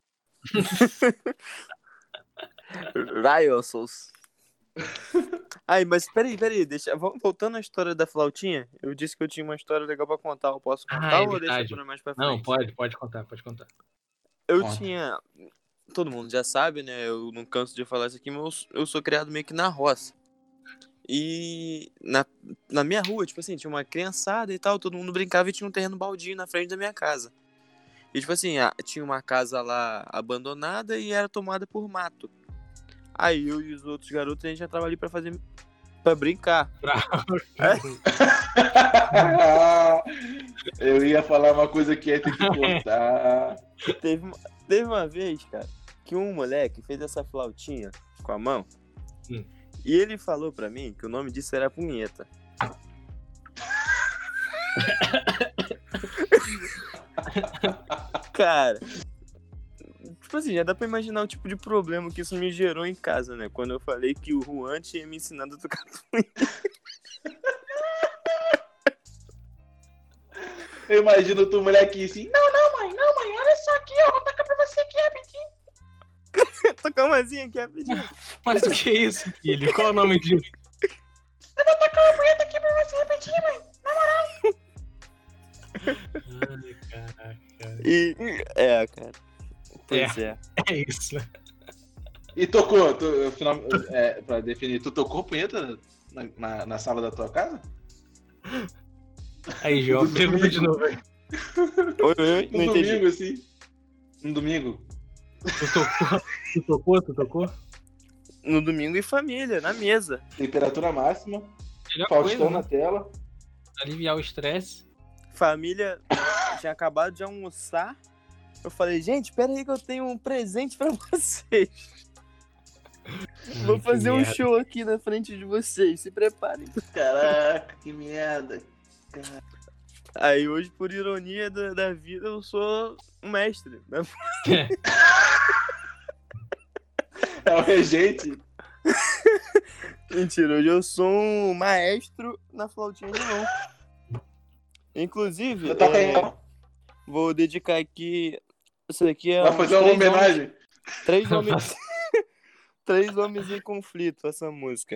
Royalties. Ai, mas peraí, voltando à história da flautinha, eu disse que eu tinha uma história legal pra contar, eu posso contar ou deixa verdade. pra mais pra frente? Não, pode contar. Eu Conta. tinha. Todo mundo já sabe, né? Eu não canso de falar isso aqui, mas eu sou criado meio que na roça. E na minha rua, tipo assim, tinha uma criançada e tal, todo mundo brincava e tinha um terreno baldio na frente da minha casa. E tipo assim, tinha uma casa lá abandonada e era tomada por mato. Aí eu e os outros garotos, a gente entrava ali pra brincar. Eu ia falar uma coisa que ia ter que cortar. Teve uma vez, cara, que um moleque fez essa flautinha com a mão. E ele falou pra mim que o nome disso era punheta. Cara, tipo assim, já dá pra imaginar o tipo de problema que isso me gerou em casa, né? Quando eu falei que o Juan tinha me ensinado a tocar punheta. Eu imagino tu, moleque, assim. Não, mãe, olha só aqui, ó. Vou tocar pra você aqui rapidinho. Tocar uma asinha aqui rapidinho. Mas o que é isso, filho? Qual é o nome disso? Eu vou tocar uma punheta aqui pra você rapidinho, mãe. Ai, caraca. Cara. Pois é. É isso, né? E tocou, pra definir, tu tocou punheta na sala da tua casa? Aí, João, pergunta de novo aí. Oi, não No entendi. domingo, assim. No domingo. Tu tocou? No domingo em família, na mesa. Temperatura máxima. Melhor Faustão coisa, na né? tela. aliviar o estresse. Família tinha acabado de almoçar. Eu falei, gente, pera aí que eu tenho um presente pra vocês. Vou fazer um show aqui na frente de vocês, se preparem. Caraca, que merda. Aí hoje, por ironia da vida, eu sou um mestre. Né? É o regente. Mentira, hoje eu sou um maestro na flautinha de mão. Inclusive, Eu toco aí. vou dedicar aqui. Isso aqui é. Vai fazer uma homenagem. Três homens em conflito, essa música.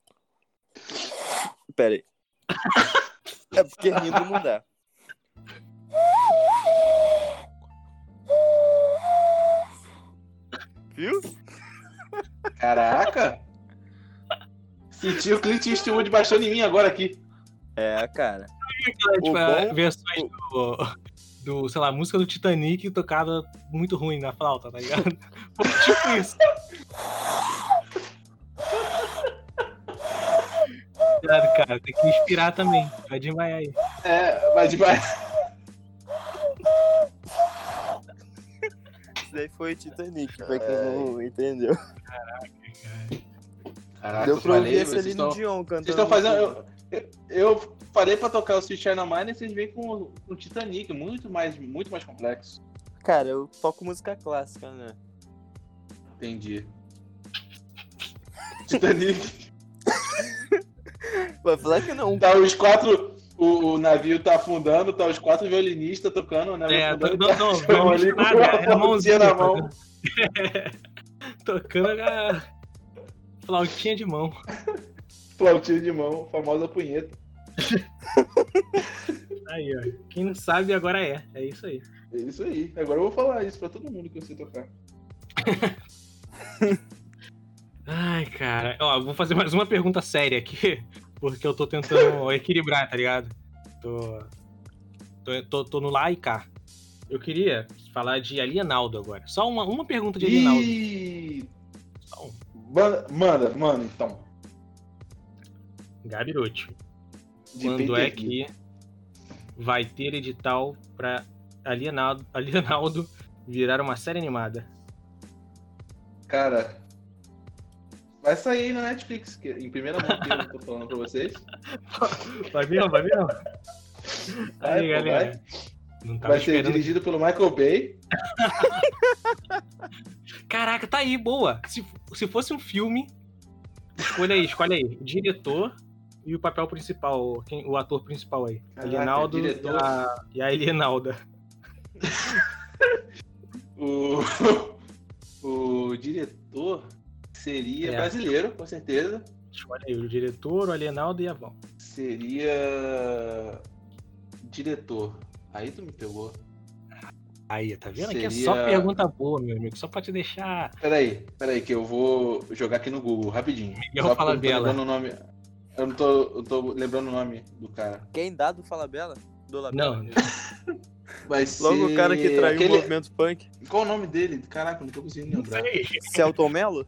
Pera aí. É porque rindo não dá. Viu? Caraca. Senti o Clint Eastwood baixando em mim agora aqui. É, cara. Tipo, bom- versões do, sei lá, música do Titanic tocada muito ruim na flauta, tá ligado? Tipo isso. Cuidado, cara, tem que inspirar também. Vai desmaiar aí. Mas demais. Isso daí foi Titanic, pra quem não entendeu. Caraca, Deu eu pra ouvir falei, esse vocês ali no estão... Dion cantando. Vocês estão fazendo... Eu falei pra tocar o Sweet China Mine e vocês vêm com o Titanic, muito mais complexo. Cara, eu toco música clássica, né? Entendi. Titanic. Vai falar que não. Tá os quatro... O navio tá afundando, tá os 4 violinistas tocando, o navio afundando. Não, ali com nada, é a a mãozinha na mão. Tocando a flautinha de mão. Flautinha de mão, famosa punheta. Aí, ó. Quem não sabe agora é. É isso aí. É isso aí. Agora eu vou falar isso pra todo mundo que eu sei tocar. Ai, cara. Ó, vou fazer mais uma pergunta séria aqui, porque eu tô tentando equilibrar, tá ligado? Tô no lá e cá. Eu queria falar de Alienaldo agora. Só uma pergunta de Alienaldo. Ih! Só um. Manda, então. Gabirotti. De Quando pay é per view. que vai ter edital pra Alienaldo virar uma série animada? Cara, vai sair na Netflix, em primeira mão que eu tô falando pra vocês. Vai ver, vai ver. Aí, Vai, galera. Não tava Vai ser esperando. dirigido pelo Michael Bay. Caraca, tá aí, boa. Se fosse um filme, escolhe aí. O diretor e o papel principal, o ator principal aí. Caraca, Alienaldo diretor. e a Alienalda. O diretor seria É. brasileiro, com certeza. Escolhe aí, o diretor, o Alienaldo e a Val. Seria diretor. Aí tu me pegou. Aí, tá vendo? Aqui é Seria- só pergunta boa, meu amigo. Só pra te deixar. Peraí, que eu vou jogar aqui no Google, rapidinho. Miguel Só porque eu não tô Falabella. lembrando o nome. Eu não tô lembrando o nome do cara. Quem dá do Falabella? Do Labella? Não, Vai ser... Logo o cara que traiu o movimento punk. Qual o nome dele? Caraca, eu não tô conseguindo não lembrar. sei. Celton Mello?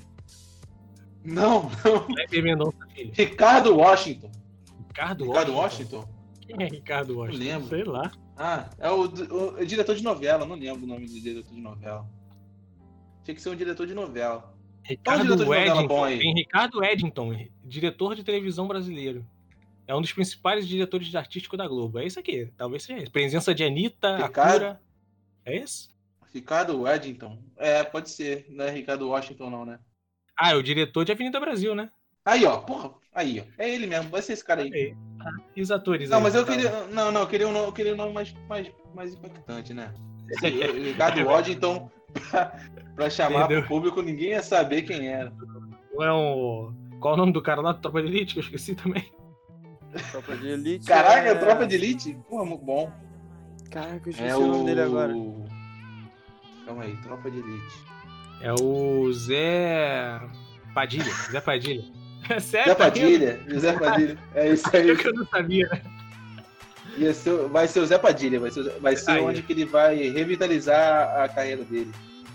Não. Kleber Mendonça, filho. Ricardo Washington. Ricardo Washington? Quem é Ricardo Washington? Não lembro. Sei lá. Ah, é o diretor de novela. Não lembro o nome do diretor de novela. Tinha que ser um diretor de novela. Ricardo diretor de novela Eddington. bom aí? Tem Ricardo Eddington, diretor de televisão brasileiro. É um dos principais diretores de artístico da Globo. É isso aqui. Talvez seja isso. Presença de Anitta, Ricardo? Akura. É isso? Ricardo Eddington. É, pode ser. Não é Ricardo Washington, não, né? Ah, é o diretor de Avenida Brasil, né? Aí, ó. Porra. Aí, ó. É ele mesmo. Vai ser esse cara aí. Aí. E os atores Não, aí? mas eu queria. Não, eu queria um nome mais impactante, né? Ricardo Washington, pra chamar Entendeu? pro público, ninguém ia saber quem era. Não é um... Qual é o nome do cara lá do Tropa de Elite? Que eu esqueci também. Tropa de Elite. Caraca, Tropa de Elite? Porra, muito bom. Caraca, eu esqueci o nome dele agora. Calma aí, Tropa de Elite. É o Zé Padilha. Zé Padilha. É sério? Zé tá Padilha, José Padilha. É isso aí. vendo? Que eu não sabia, né? Vai ser o Zé Padilha, vai ser Aí. onde que ele vai revitalizar a carreira dele.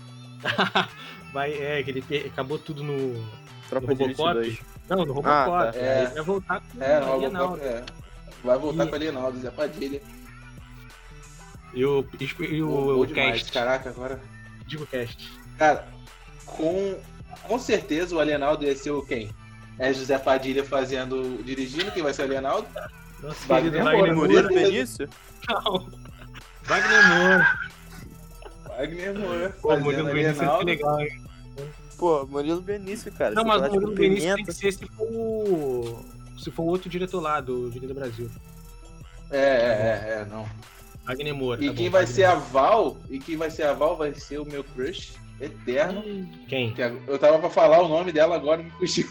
Que ele acabou tudo no Tropa de Elite Robocop. 2. Não, no Robocop. Ah, tá. É. Ele vai voltar com É, a no Alienaldo. Robocop, é. Vai voltar com o Alienaldo, Zé Padilha. E o Bom demais, cast. caraca, agora... Digo cast. Cara, com certeza o Alienaldo ia ser o quem? É José Padilha dirigindo, quem vai ser o Alienaldo? Nosso Wagner querido Moura, Wagner Murilo Moura. Benício? Não. Wagner Moura. Wagner Moura, Pô, fazendo Murilo Benício é Alienaldo. legal, hein? Pô, Murilo Benício, cara. Não, mas o chocolate Murilo com Benício tem pimenta. que ser se for o outro diretor lá do Direito Brasil. Não. Wagner Moura. E tá quem bom, vai Wagner ser a Moura. Val, vai ser o meu crush eterno. Quem? Que eu tava pra falar o nome dela agora e me fugiu.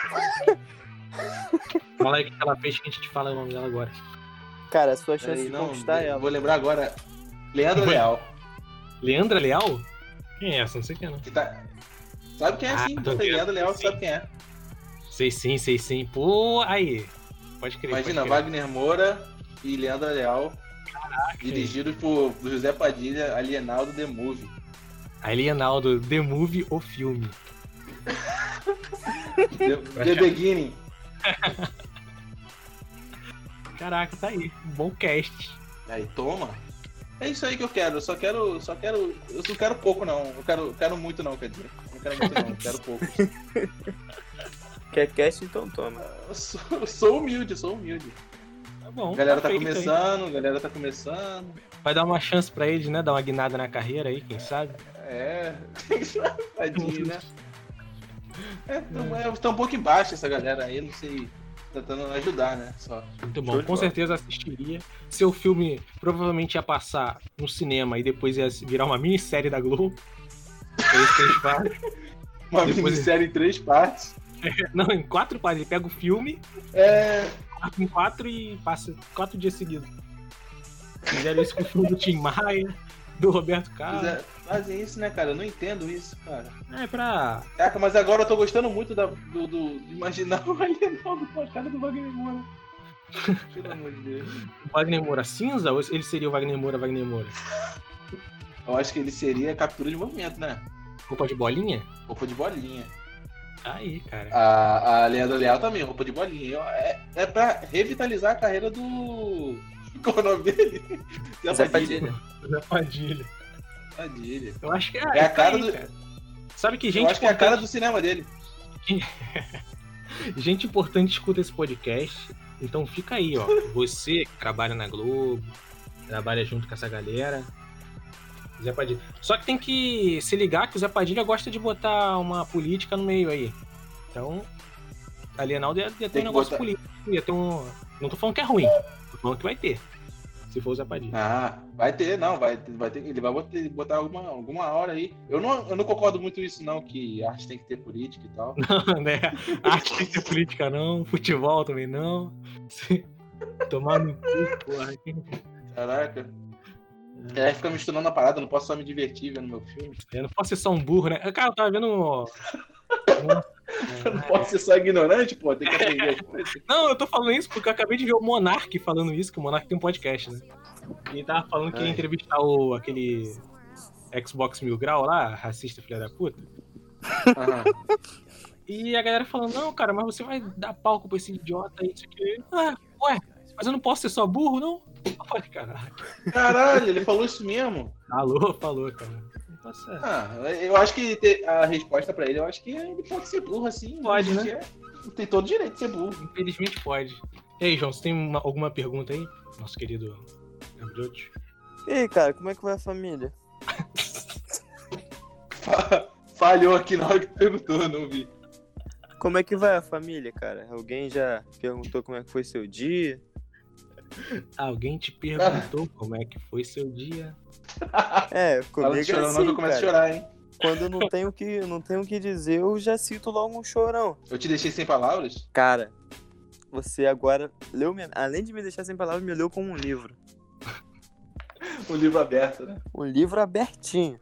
Fala aí o que ela fez que a gente te fala o nome dela agora. Cara, a sua chance Peraí, de não, conquistar ela. vou lembrar agora. Leandro Leal. Leandra Leal? Quem é essa? Não sei quem é, não. Que tá... Sabe quem é, sim? tô Bota aí, vendo, Leandro Leal, sim. sabe quem é. Sei sim. Pô, aí. Pode crer. Imagina, pode crer. Wagner Moura e Leandro Leal. Dirigido por José Padilha, Alienaldo The Movie. Alienaldo, The Movie, o filme. The Beginning. Caraca, tá aí. Bom cast. Aí, toma. É isso aí que eu quero. Eu só quero. Eu não quero pouco, não. Eu quero muito, não, quer dizer. Não quero muito, não. Eu quero pouco. Quer cast, então toma. Eu sou humilde. Tá bom. A galera tá feito aí. começando. Vai dar uma chance pra eles, né? Dar uma guinada na carreira aí, quem sabe? É. Tadinho, né? Tá um pouco embaixo essa galera aí, não sei. Tentando ajudar, né? Só. Muito Show bom. de Com bola. certeza assistiria. Seu filme provavelmente ia passar no cinema e depois ia virar uma minissérie da Globo. É isso que a gente faz. Uma Depois- minissérie em 3 partes. Não, em 4 partes. Ele pega o filme, É. parte em 4 e passa 4 dias seguidos. Fizeram isso com o filme do Tim Maia, do Roberto Carlos. Fazem isso, né, cara? Eu não entendo isso, cara. É pra. Caraca, mas agora eu tô gostando muito de imaginar o Alienaldo com a cara do Wagner Moura. Pelo amor de Deus. O Wagner Moura cinza ou ele seria o Wagner Moura? Eu acho que ele seria captura de movimento, né? Roupa de bolinha? Roupa de bolinha. Tá aí, cara. A Leandro Leal também, roupa de bolinha. É pra revitalizar a carreira do... Qual é o nome dele? Zé Padilha. Zé Padilha. Padilha. Eu acho que É a cara do... cara. Sabe que Eu gente acho que é a cara do cinema dele. Gente importante escuta esse podcast. Então fica aí, ó. Você que trabalha na Globo, trabalha junto com essa galera. Zé Padilha. Só que tem que se ligar que o Zé Padilha gosta de botar uma política no meio aí. Então, Alienaldo ia ter Tem um que negócio botar- político. Ia ter um... Não tô falando que é ruim. Tô falando que vai ter. Se for o Zé Padilha. Ah, vai ter, não, vai ter, ele vai botar alguma hora aí. Eu não concordo muito com isso, não, que arte tem que ter política e tal. Né? Arte tem que ter política não, futebol também não. Tomar no cu, porra. Caraca. É, fica misturando a parada, não posso só me divertir vendo meu filme. Eu não posso ser só um burro, né? Cara, eu tava vendo. Eu não posso ser só ignorante, pô, tem que aprender as coisas. Não, eu tô falando isso porque eu acabei de ver o Monark falando isso, que o Monark tem um podcast, né? E ele tava falando que ia Ai. entrevistar aquele Xbox Mil Grau lá, racista filha da puta. Aham. E a galera falando, não, cara, mas você vai dar palco pra esse idiota aí, isso aqui. Ah, ué, mas eu não posso ser só burro, não? Eu falei, caralho. Caralho, ele falou isso mesmo? Falou, cara. Não posso ser. Ah, eu acho que a resposta pra ele, eu acho que ele pode ser burro assim. Pode, hoje em né? dia tem todo direito de ser burro. Infelizmente pode. E aí, João, você tem alguma pergunta aí? Nosso querido Gabriotti? E aí, cara, como é que vai a família? Falhou aqui na hora que perguntou, não vi. Como é que vai a família, cara? Alguém já perguntou como é que foi seu dia? Alguém te perguntou como é que foi seu dia? É, Fala comigo de é chorão, não, que assim, eu começo a cara. chorar, hein? Quando eu não tenho o que dizer, eu já cito logo um chorão. Eu te deixei sem palavras? Cara, você agora leu além de me deixar sem palavras, me leu como um livro. O livro aberto, né? Um livro abertinho.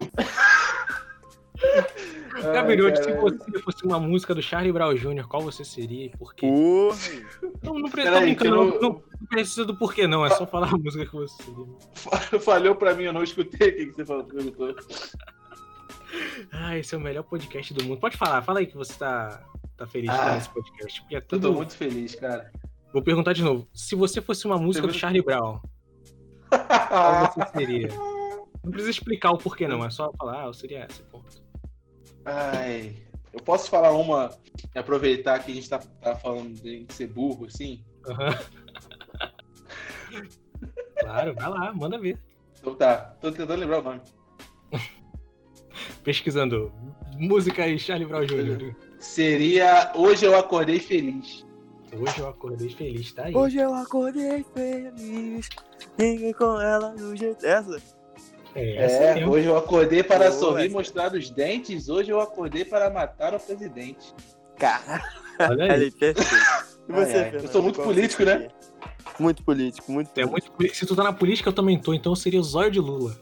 Gabriotti, se caralho. você fosse uma música do Charlie Brown Jr., qual você seria e por quê? Porra! Não precisa, Peraí, tô brincando, que não precisa do porquê, não. É só falar a música que você seria. Falhou pra mim, eu não escutei o que você falou, perguntou. Ah, esse é o melhor podcast do mundo. Pode falar, fala aí que você tá feliz de estar nesse podcast. Porque é Eu tudo. tô muito feliz, cara. Vou perguntar de novo. Se você fosse uma música do Charlie Brown, qual você seria? Não precisa explicar o porquê, não. É só falar, eu seria essa, ponto. Ai, eu posso falar uma e aproveitar que a gente tá falando de ser burro, assim? Uhum. Claro, vai lá, manda ver. Então tá, tô tentando lembrar o nome. Pesquisando música e Charlie Brown Jr. Seria Hoje Eu Acordei Feliz. Hoje eu acordei feliz, tá aí. Hoje eu acordei feliz. Ninguém com ela do jeito. Essa? Essa mesmo. Hoje eu acordei para Boa, sorrir e essa. mostrar os dentes. Hoje eu acordei para matar o presidente. Cara. Olha aí. Perfeito. E você, Ai, Fernando? eu sou muito Qual político, você né? seria? Muito político, muito É político. muito... Se tu tá na política, eu também tô. Então eu seria o zóio de Lula.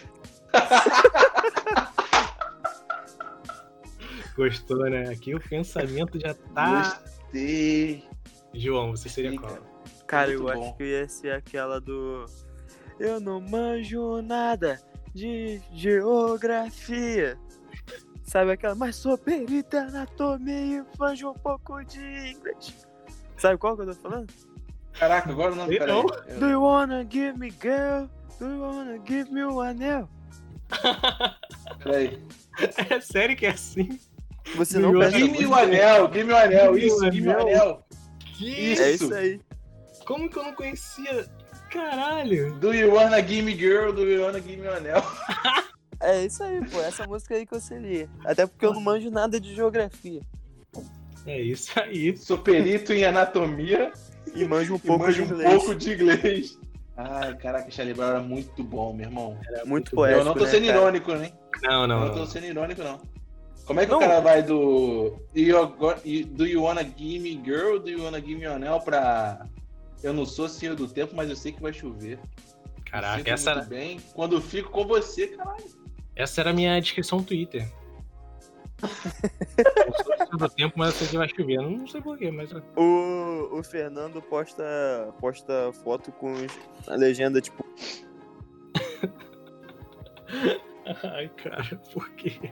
Gostou, né? Aqui o pensamento já tá... Gostei. João, você seria Sim, qual? Cara, Muito eu bom. acho que ia ser aquela do... Eu não manjo nada de geografia. Sabe aquela? Mas sou perita em anatomia e manjo um pouco de inglês. Sabe qual que eu tô falando? Caraca, agora não, Sei peraí. não. Do you wanna give me girl? Do you wanna give me um anel? Peraí. É sério que é assim? Você Do não you pensa Give me muito? o anel, give me o anel, Give me isso, o give me o anel. anel. Que Isso. É isso aí. Como que eu não conhecia? Caralho. Do you wanna give me girl, do you wanna give me o anel? É isso aí, pô. Essa música aí que eu seria. Até porque eu não manjo nada de geografia. É isso aí. Sou perito em anatomia E manjo um e pouco de manjo um inglês. pouco de inglês. Ai, caraca, Charlie Brown era muito bom, meu irmão. Muito bom. poético, Eu não tô né, sendo cara? irônico, né? Não, Eu não, não tô não. sendo irônico, não. Como é que Não. o cara vai do Do you wanna give me girl, do you wanna give me anel pra... Eu não sou senhor do tempo, mas eu sei que vai chover. Caraca, Sinto essa muito era, bem quando eu fico com você, caralho. essa era a minha descrição no Twitter. Eu sou do tempo, mas eu sei que vai chover. Eu não sei porquê, mas... O Fernando posta foto com a legenda, tipo... Ai, cara, por quê?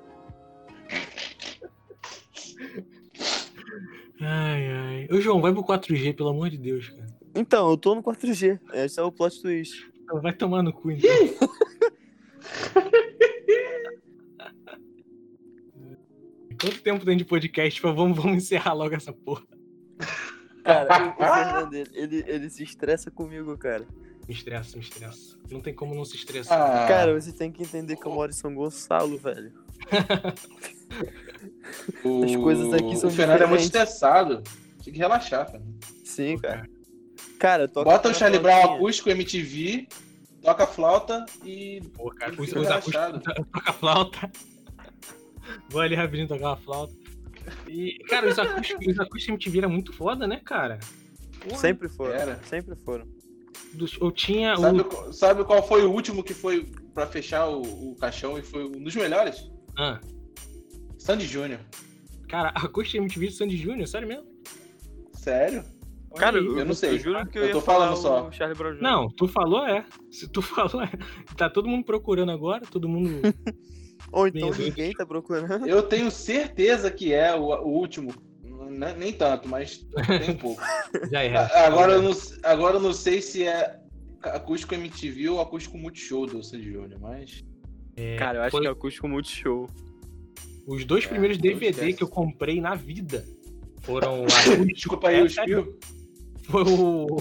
Ai, ai. Ô, João, vai pro 4G, pelo amor de Deus, cara. Então, eu tô no 4G. Esse é o plot twist. Vai tomar no cu, então. Quanto tempo tem de podcast? Tipo, vamos encerrar logo essa porra. Cara, o Fernando, ele se estressa comigo, cara. Me estressa, me estressa. Não tem como não se estressar. Ah, Cara, você tem que entender que eu moro em São Gonçalo, velho. as coisas aqui são O Fernando é muito diferentes. estressado. Tem que relaxar, Fernando. Sim, cara. Cara, toca Bota o aquela Charlie Brown flautinha. acústico, MTV, toca flauta e... Pô, cara, Fica os relaxado. acústicos toca flauta. Vou ali rapidinho tocar uma flauta. E, cara, os acústicos MTV era muito foda, né, cara? Porra. Sempre foram. Era. Sempre foram. Eu tinha Sabe qual foi o último que foi pra fechar o caixão e foi um dos melhores? Ah, Sandy Júnior. cara, acústica MTV do Sandy Júnior, sério mesmo? Sério? Olha Cara, aí. eu não sei. Eu juro que eu Eu ia tô falar falando só. o Charlie Brown Jr. Não, tu falou é. Se tu falou é. Tá todo mundo procurando agora, todo mundo. Ou então Meu Deus. ninguém tá procurando. Eu tenho certeza que é o último. Nem tanto, mas tem um pouco. Já era. Agora eu não sei se é acústico MTV ou acústico Multishow do Sandy Júnior, mas... Cara, eu acho foi- que é acústico Multishow. Os dois primeiros não DVD esquece. que eu comprei na vida foram acústico. Desculpa aí, o sério. espirro. Foi o.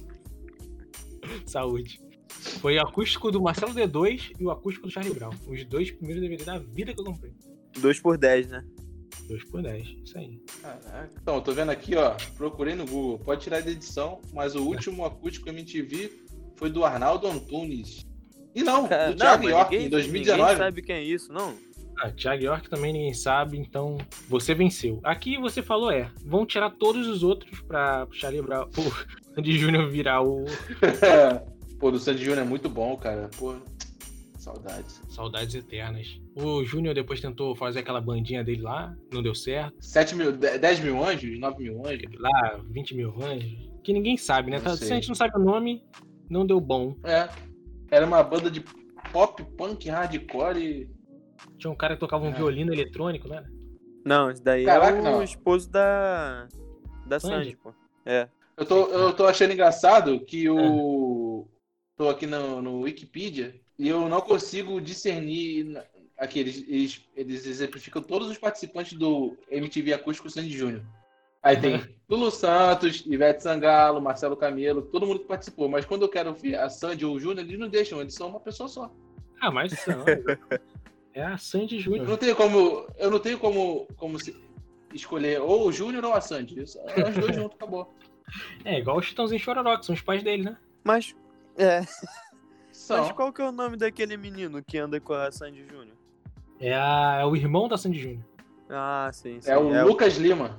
Saúde. Foi o acústico do Marcelo D2 e o acústico do Charlie Brown. Os dois primeiros DVD da vida que eu comprei. 2x10, né? 2 por 10, isso aí. Caraca. Então, eu tô vendo aqui, ó. Procurei no Google. Pode tirar da edição, mas o último acústico MTV foi do Arnaldo Antunes. E não, Cara, do Thiago mas York, ninguém- em 2019. Ninguém sabe quem é isso, não. Ah, Thiago York também ninguém sabe, então você venceu. Aqui você falou vão tirar todos os outros pra Charlie Brown, pro Sandy Júnior virar o... Pô, do Sandy Júnior é muito bom, cara. Pô, saudades. Saudades Eternas. O Júnior depois tentou fazer aquela bandinha dele lá, não deu certo. 10 mil anjos? 9 mil anjos? Lá, 20 mil anjos, que ninguém sabe, né? Não Se sei. a gente não sabe o nome, não deu bom. É. Era uma banda de pop, punk, hardcore e... Tinha um cara que tocava um violino eletrônico, né? Não, esse daí Caraca, é o não. esposo da Sandy? Sandy, pô. É. Eu tô achando engraçado que o. Tô aqui no Wikipedia e eu não consigo discernir. Aqui, eles exemplificam todos os participantes do MTV Acústico Sandy Júnior. Aí tem Lulu Santos, Ivete Sangalo, Marcelo Camelo, todo mundo que participou. Mas quando eu quero ver a Sandy ou o Júnior, eles não deixam, eles são uma pessoa só. Ah, mas não. É a Sandy Eu Júnior. não tenho como escolher ou o Júnior ou a Sandy. Os dois juntos, acabou. É igual o Chitãozinho e Chororó, que são os pais dele, né? Mas São. mas qual que é o nome daquele menino que anda com a Sandy Júnior? É o irmão da Sandy Júnior. Ah, sim. É o Lucas Lima.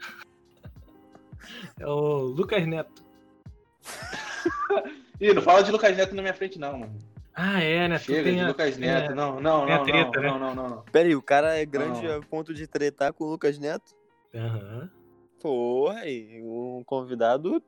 É o Lucas Neto. Ih, não fala de Lucas Neto na minha frente, não, mano. Ah, é, né? Tu Chega tem de Lucas Neto. Não, tem a treta, né? não. Pera aí, o cara é grande Não. a ponto de tretar com o Lucas Neto? Aham. Porra, e um convidado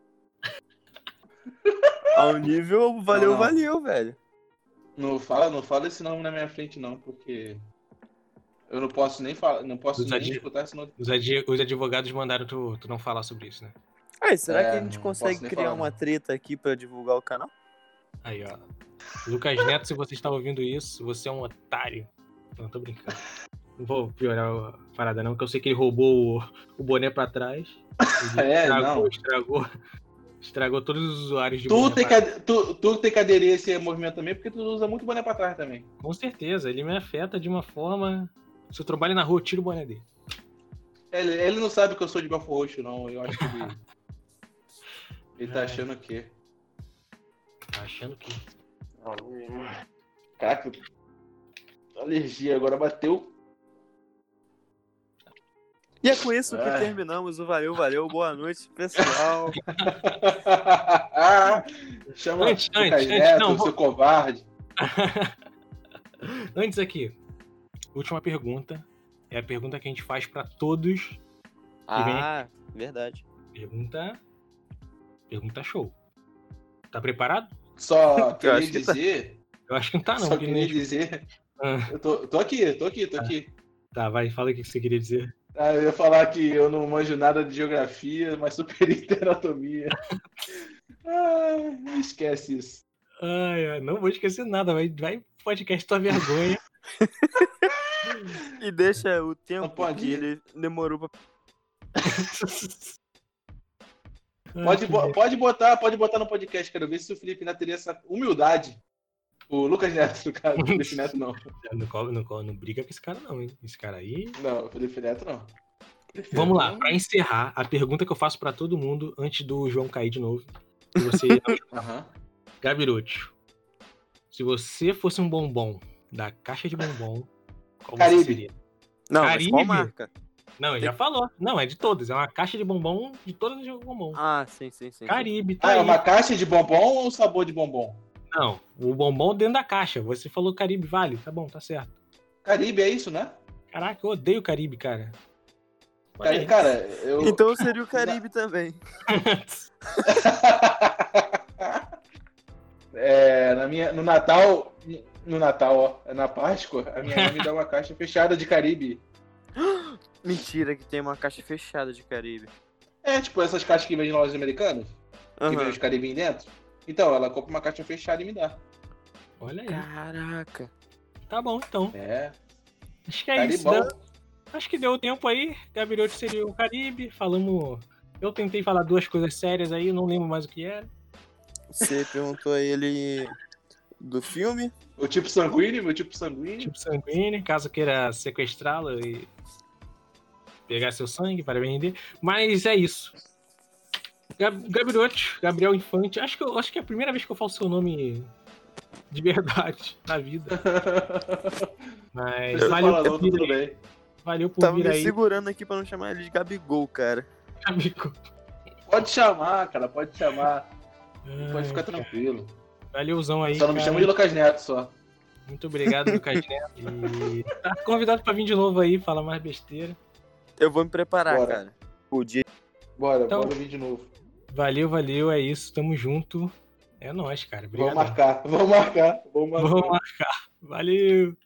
ao nível valeu, velho. Não fala esse nome na minha frente, não, porque eu não posso nem falar, não posso nem escutar, senão. Os advogados mandaram tu não falar sobre isso, né? Aí, será que a gente não consegue posso nem criar falar, uma não. treta aqui pra divulgar o canal? Aí, ó. Lucas Neto, se você está ouvindo isso, você é um otário. Não, tô brincando. Não vou piorar a parada, não, porque eu sei que ele roubou o boné pra trás. Estragou todos os usuários de boné pra trás. Tu tem que aderir a esse movimento também, porque tu usa muito boné pra trás também. Com certeza, ele me afeta de uma forma. Se eu trabalho na rua, eu tiro o boné dele. Ele não sabe que eu sou de Belfort Roxo, não. Eu acho que ele tá achando que. Tá achando que. Caraca, alergia agora bateu. E é com isso que terminamos o Valeu, boa noite, pessoal. Chama Antes, Neto, não, seu covarde. Antes aqui, última pergunta. É a pergunta que a gente faz pra todos. Verdade. Pergunta show. Tá preparado? Só queria acho que dizer. Eu acho que não tá, não. Só queria dizer. Eu tô aqui. Tá, vai, fala o que você queria dizer. Eu ia falar que eu não manjo nada de geografia, mas super anatomia. Esquece isso. Ai, não vou esquecer nada. Vai podcast tua vergonha. E deixa o tempo pode que ir. ele demorou pra... Pode botar no podcast, quero ver se o Felipe Neto teria essa humildade. O Lucas Neto, no caso. O Felipe Neto não. Não briga com esse cara, não, hein? Esse cara aí. Não, o Felipe Neto não. Vamos lá, pra encerrar, a pergunta que eu faço pra todo mundo antes do João cair de novo. Se você. Gabiroto, se você fosse um bombom da caixa de bombom, qual Caribe. você seria? Não, Caribe? mas qual marca? Não, ele já falou. Não, é de todas. É uma caixa de bombom de todas as bombom. Ah, sim. Caribe, tá aí. É uma caixa de bombom ou sabor de bombom? Não, o bombom dentro da caixa. Você falou Caribe, vale. Tá bom, tá certo. Caribe é isso, né? Caraca, eu odeio Caribe, cara. Cara, eu... Então seria o Caribe também. No Natal, ó, na Páscoa, a minha mãe me dá uma caixa fechada de Caribe. Mentira que tem uma caixa fechada de Caribe. É, tipo essas caixas que vem em lojas americanas, que vem os Caribe dentro. Então, ela compra uma caixa fechada e me dá. Olha aí. Caraca. Tá bom, então. Acho que é Caribão. isso. Acho que deu tempo aí. Gabiroto seria o Caribe. Falamos. Eu tentei falar duas coisas sérias aí, não lembro mais o que era. Você perguntou a ele do filme? O tipo sanguíneo, Tipo sanguíneo, caso queira sequestrá-lo e pegar seu sangue para vender. Mas é isso. Gabiroto, Gabriel Infante. Acho que é a primeira vez que eu falo seu nome de verdade na vida. Mas valeu por vir tudo aí. bem. Valeu por Tava vir me aí. segurando aqui pra não chamar ele de Gabigol, cara. Amigo. Pode chamar, cara, pode chamar. Pode ficar cara. Tranquilo. Valeuzão aí. Só não me chama de Lucas Neto, só. Muito obrigado, Lucas Neto. E tá convidado pra vir de novo aí, falar mais besteira. Eu vou me preparar, Bora. cara. O dia. Bora Então- vir de novo. Valeu, é isso, tamo junto. É nóis, cara. Obrigado. Vamos marcar. Vamos marcar. Valeu.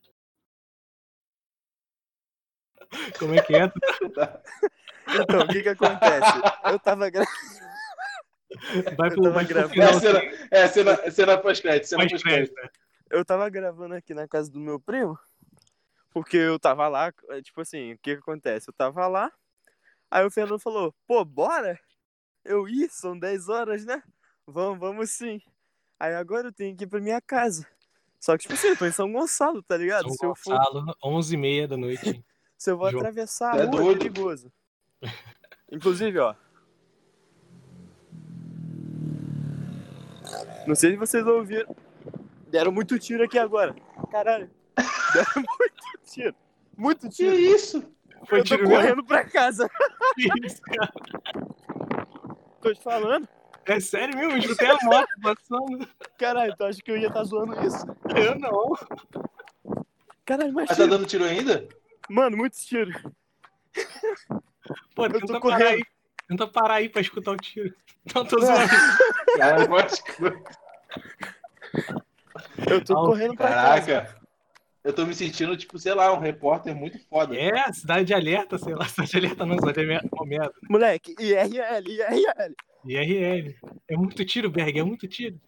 Como é que é? Então, o que acontece? Eu tava Vai Eu pro, tava vai pro gravando. final. Cena pós-crédito, cena pós-crédito. Pós-crédito. Eu tava gravando aqui na casa do meu primo, porque eu tava lá, tipo assim, o que acontece? Eu tava lá, aí o Fernando falou, pô, bora? Eu ia, são 10 horas, né? Vamos sim. Aí agora eu tenho que ir pra minha casa. Só que, tipo assim, eu tô em São Gonçalo, tá ligado? São Se eu Gonçalo, 11h30 da noite. vou João. atravessar Tu a é rua, é doido. perigoso. Inclusive, ó. Não sei se vocês ouviram. Deram muito tiro aqui agora. Caralho. Deram muito tiro. Muito Que tiro. isso? Foi Eu tô tiro mesmo? correndo pra casa. Que isso, cara? Tô te falando. É sério mesmo? Eu escutei a moto passando. Caralho, tu acha que eu ia estar zoando isso? Eu não. Caralho, mais Mas tá tiro. dando tiro ainda? Mano, muitos tiros. Pô, Eu tô tenta correndo. parar aí. Tenta parar aí pra escutar o tiro. Não, tô zoando. Caralho, pode crer. Eu tô correndo pra casa. Caraca. Eu tô me sentindo, tipo, sei lá, um repórter muito foda. É, cidade de alerta, sei lá. Cidade de alerta não, cidade de merda. Moleque, IRL. IRL. É muito tiro, Berg, é muito tiro.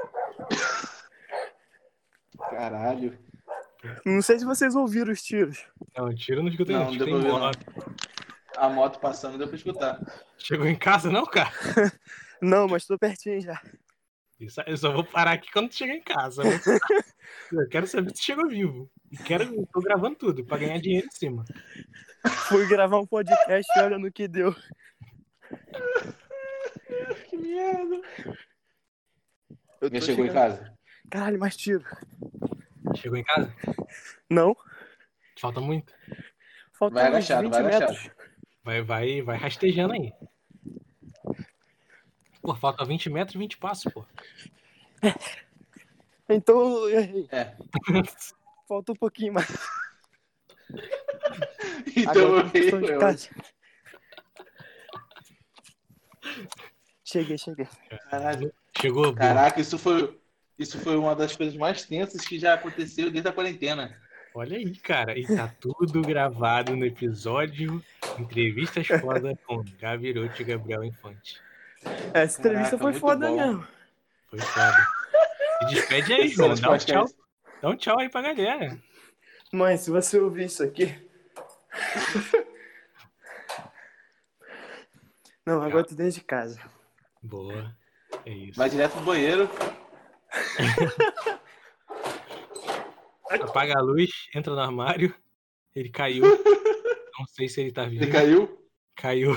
Caralho. Não sei se vocês ouviram os tiros. Não, tiro não escutei Não, não. não deu Escutei pra ouvir, moto. não. A moto passando deu pra escutar. Chegou em casa não, cara? Não, mas tô pertinho já. Isso, eu só vou parar aqui quando tu chegar em casa. Eu quero saber se chegou vivo. Eu tô gravando tudo pra ganhar dinheiro em cima. Fui gravar um podcast e olha no que deu. Que merda. Eu tô Já chegou em chegando. casa? Caralho, mais tiro. Chegou em casa? Não, Falta muito? faltam Vai uns agachado, 20 vai metros. agachado. Vai rastejando aí. Pô, falta 20 metros e 20 passos, pô. Então, eu errei. É. Falta um pouquinho mais. Então Agora eu tô questão de errei. casa. Cheguei. Caralho. Chegou, boa. Caraca, isso foi uma das coisas mais tensas que já aconteceu desde a quarentena. Olha aí, cara. E tá tudo gravado no episódio Entrevistas Foda com Gabiroto e Gabriel Infante. Essa entrevista Caraca, foi muito foda bom. mesmo. Foi foda. Se despede aí, Esse João. cenas Dá um tchau. podcast. Dá um tchau aí pra galera. Mãe, se você ouvir isso aqui. Não, agora tô dentro de casa. Boa. É isso. Vai direto pro banheiro. Apaga a luz, entra no armário. Ele caiu. Não sei se ele tá vivo. Ele caiu? Caiu.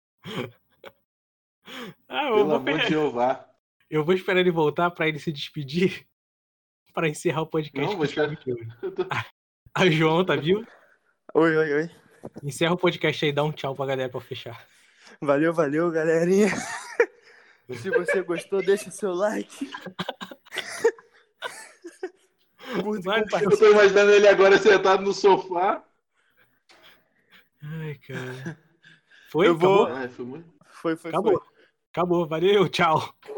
Ah, Pelo amor de Jeová. eu vou esperar ele voltar pra ele se despedir. Pra encerrar o podcast. Não, vou esperar. A João, tá vivo? Oi. Encerra o podcast aí, dá um tchau pra galera pra fechar. Valeu, galerinha. Se você gostou, deixa seu like. Curta e Valeu. compartilha. Eu tô imaginando ele agora sentado no sofá. Ai, cara. Foi? Eu vou- Acabou? Foi muito. Foi. Acabou. Acabou. Valeu, tchau.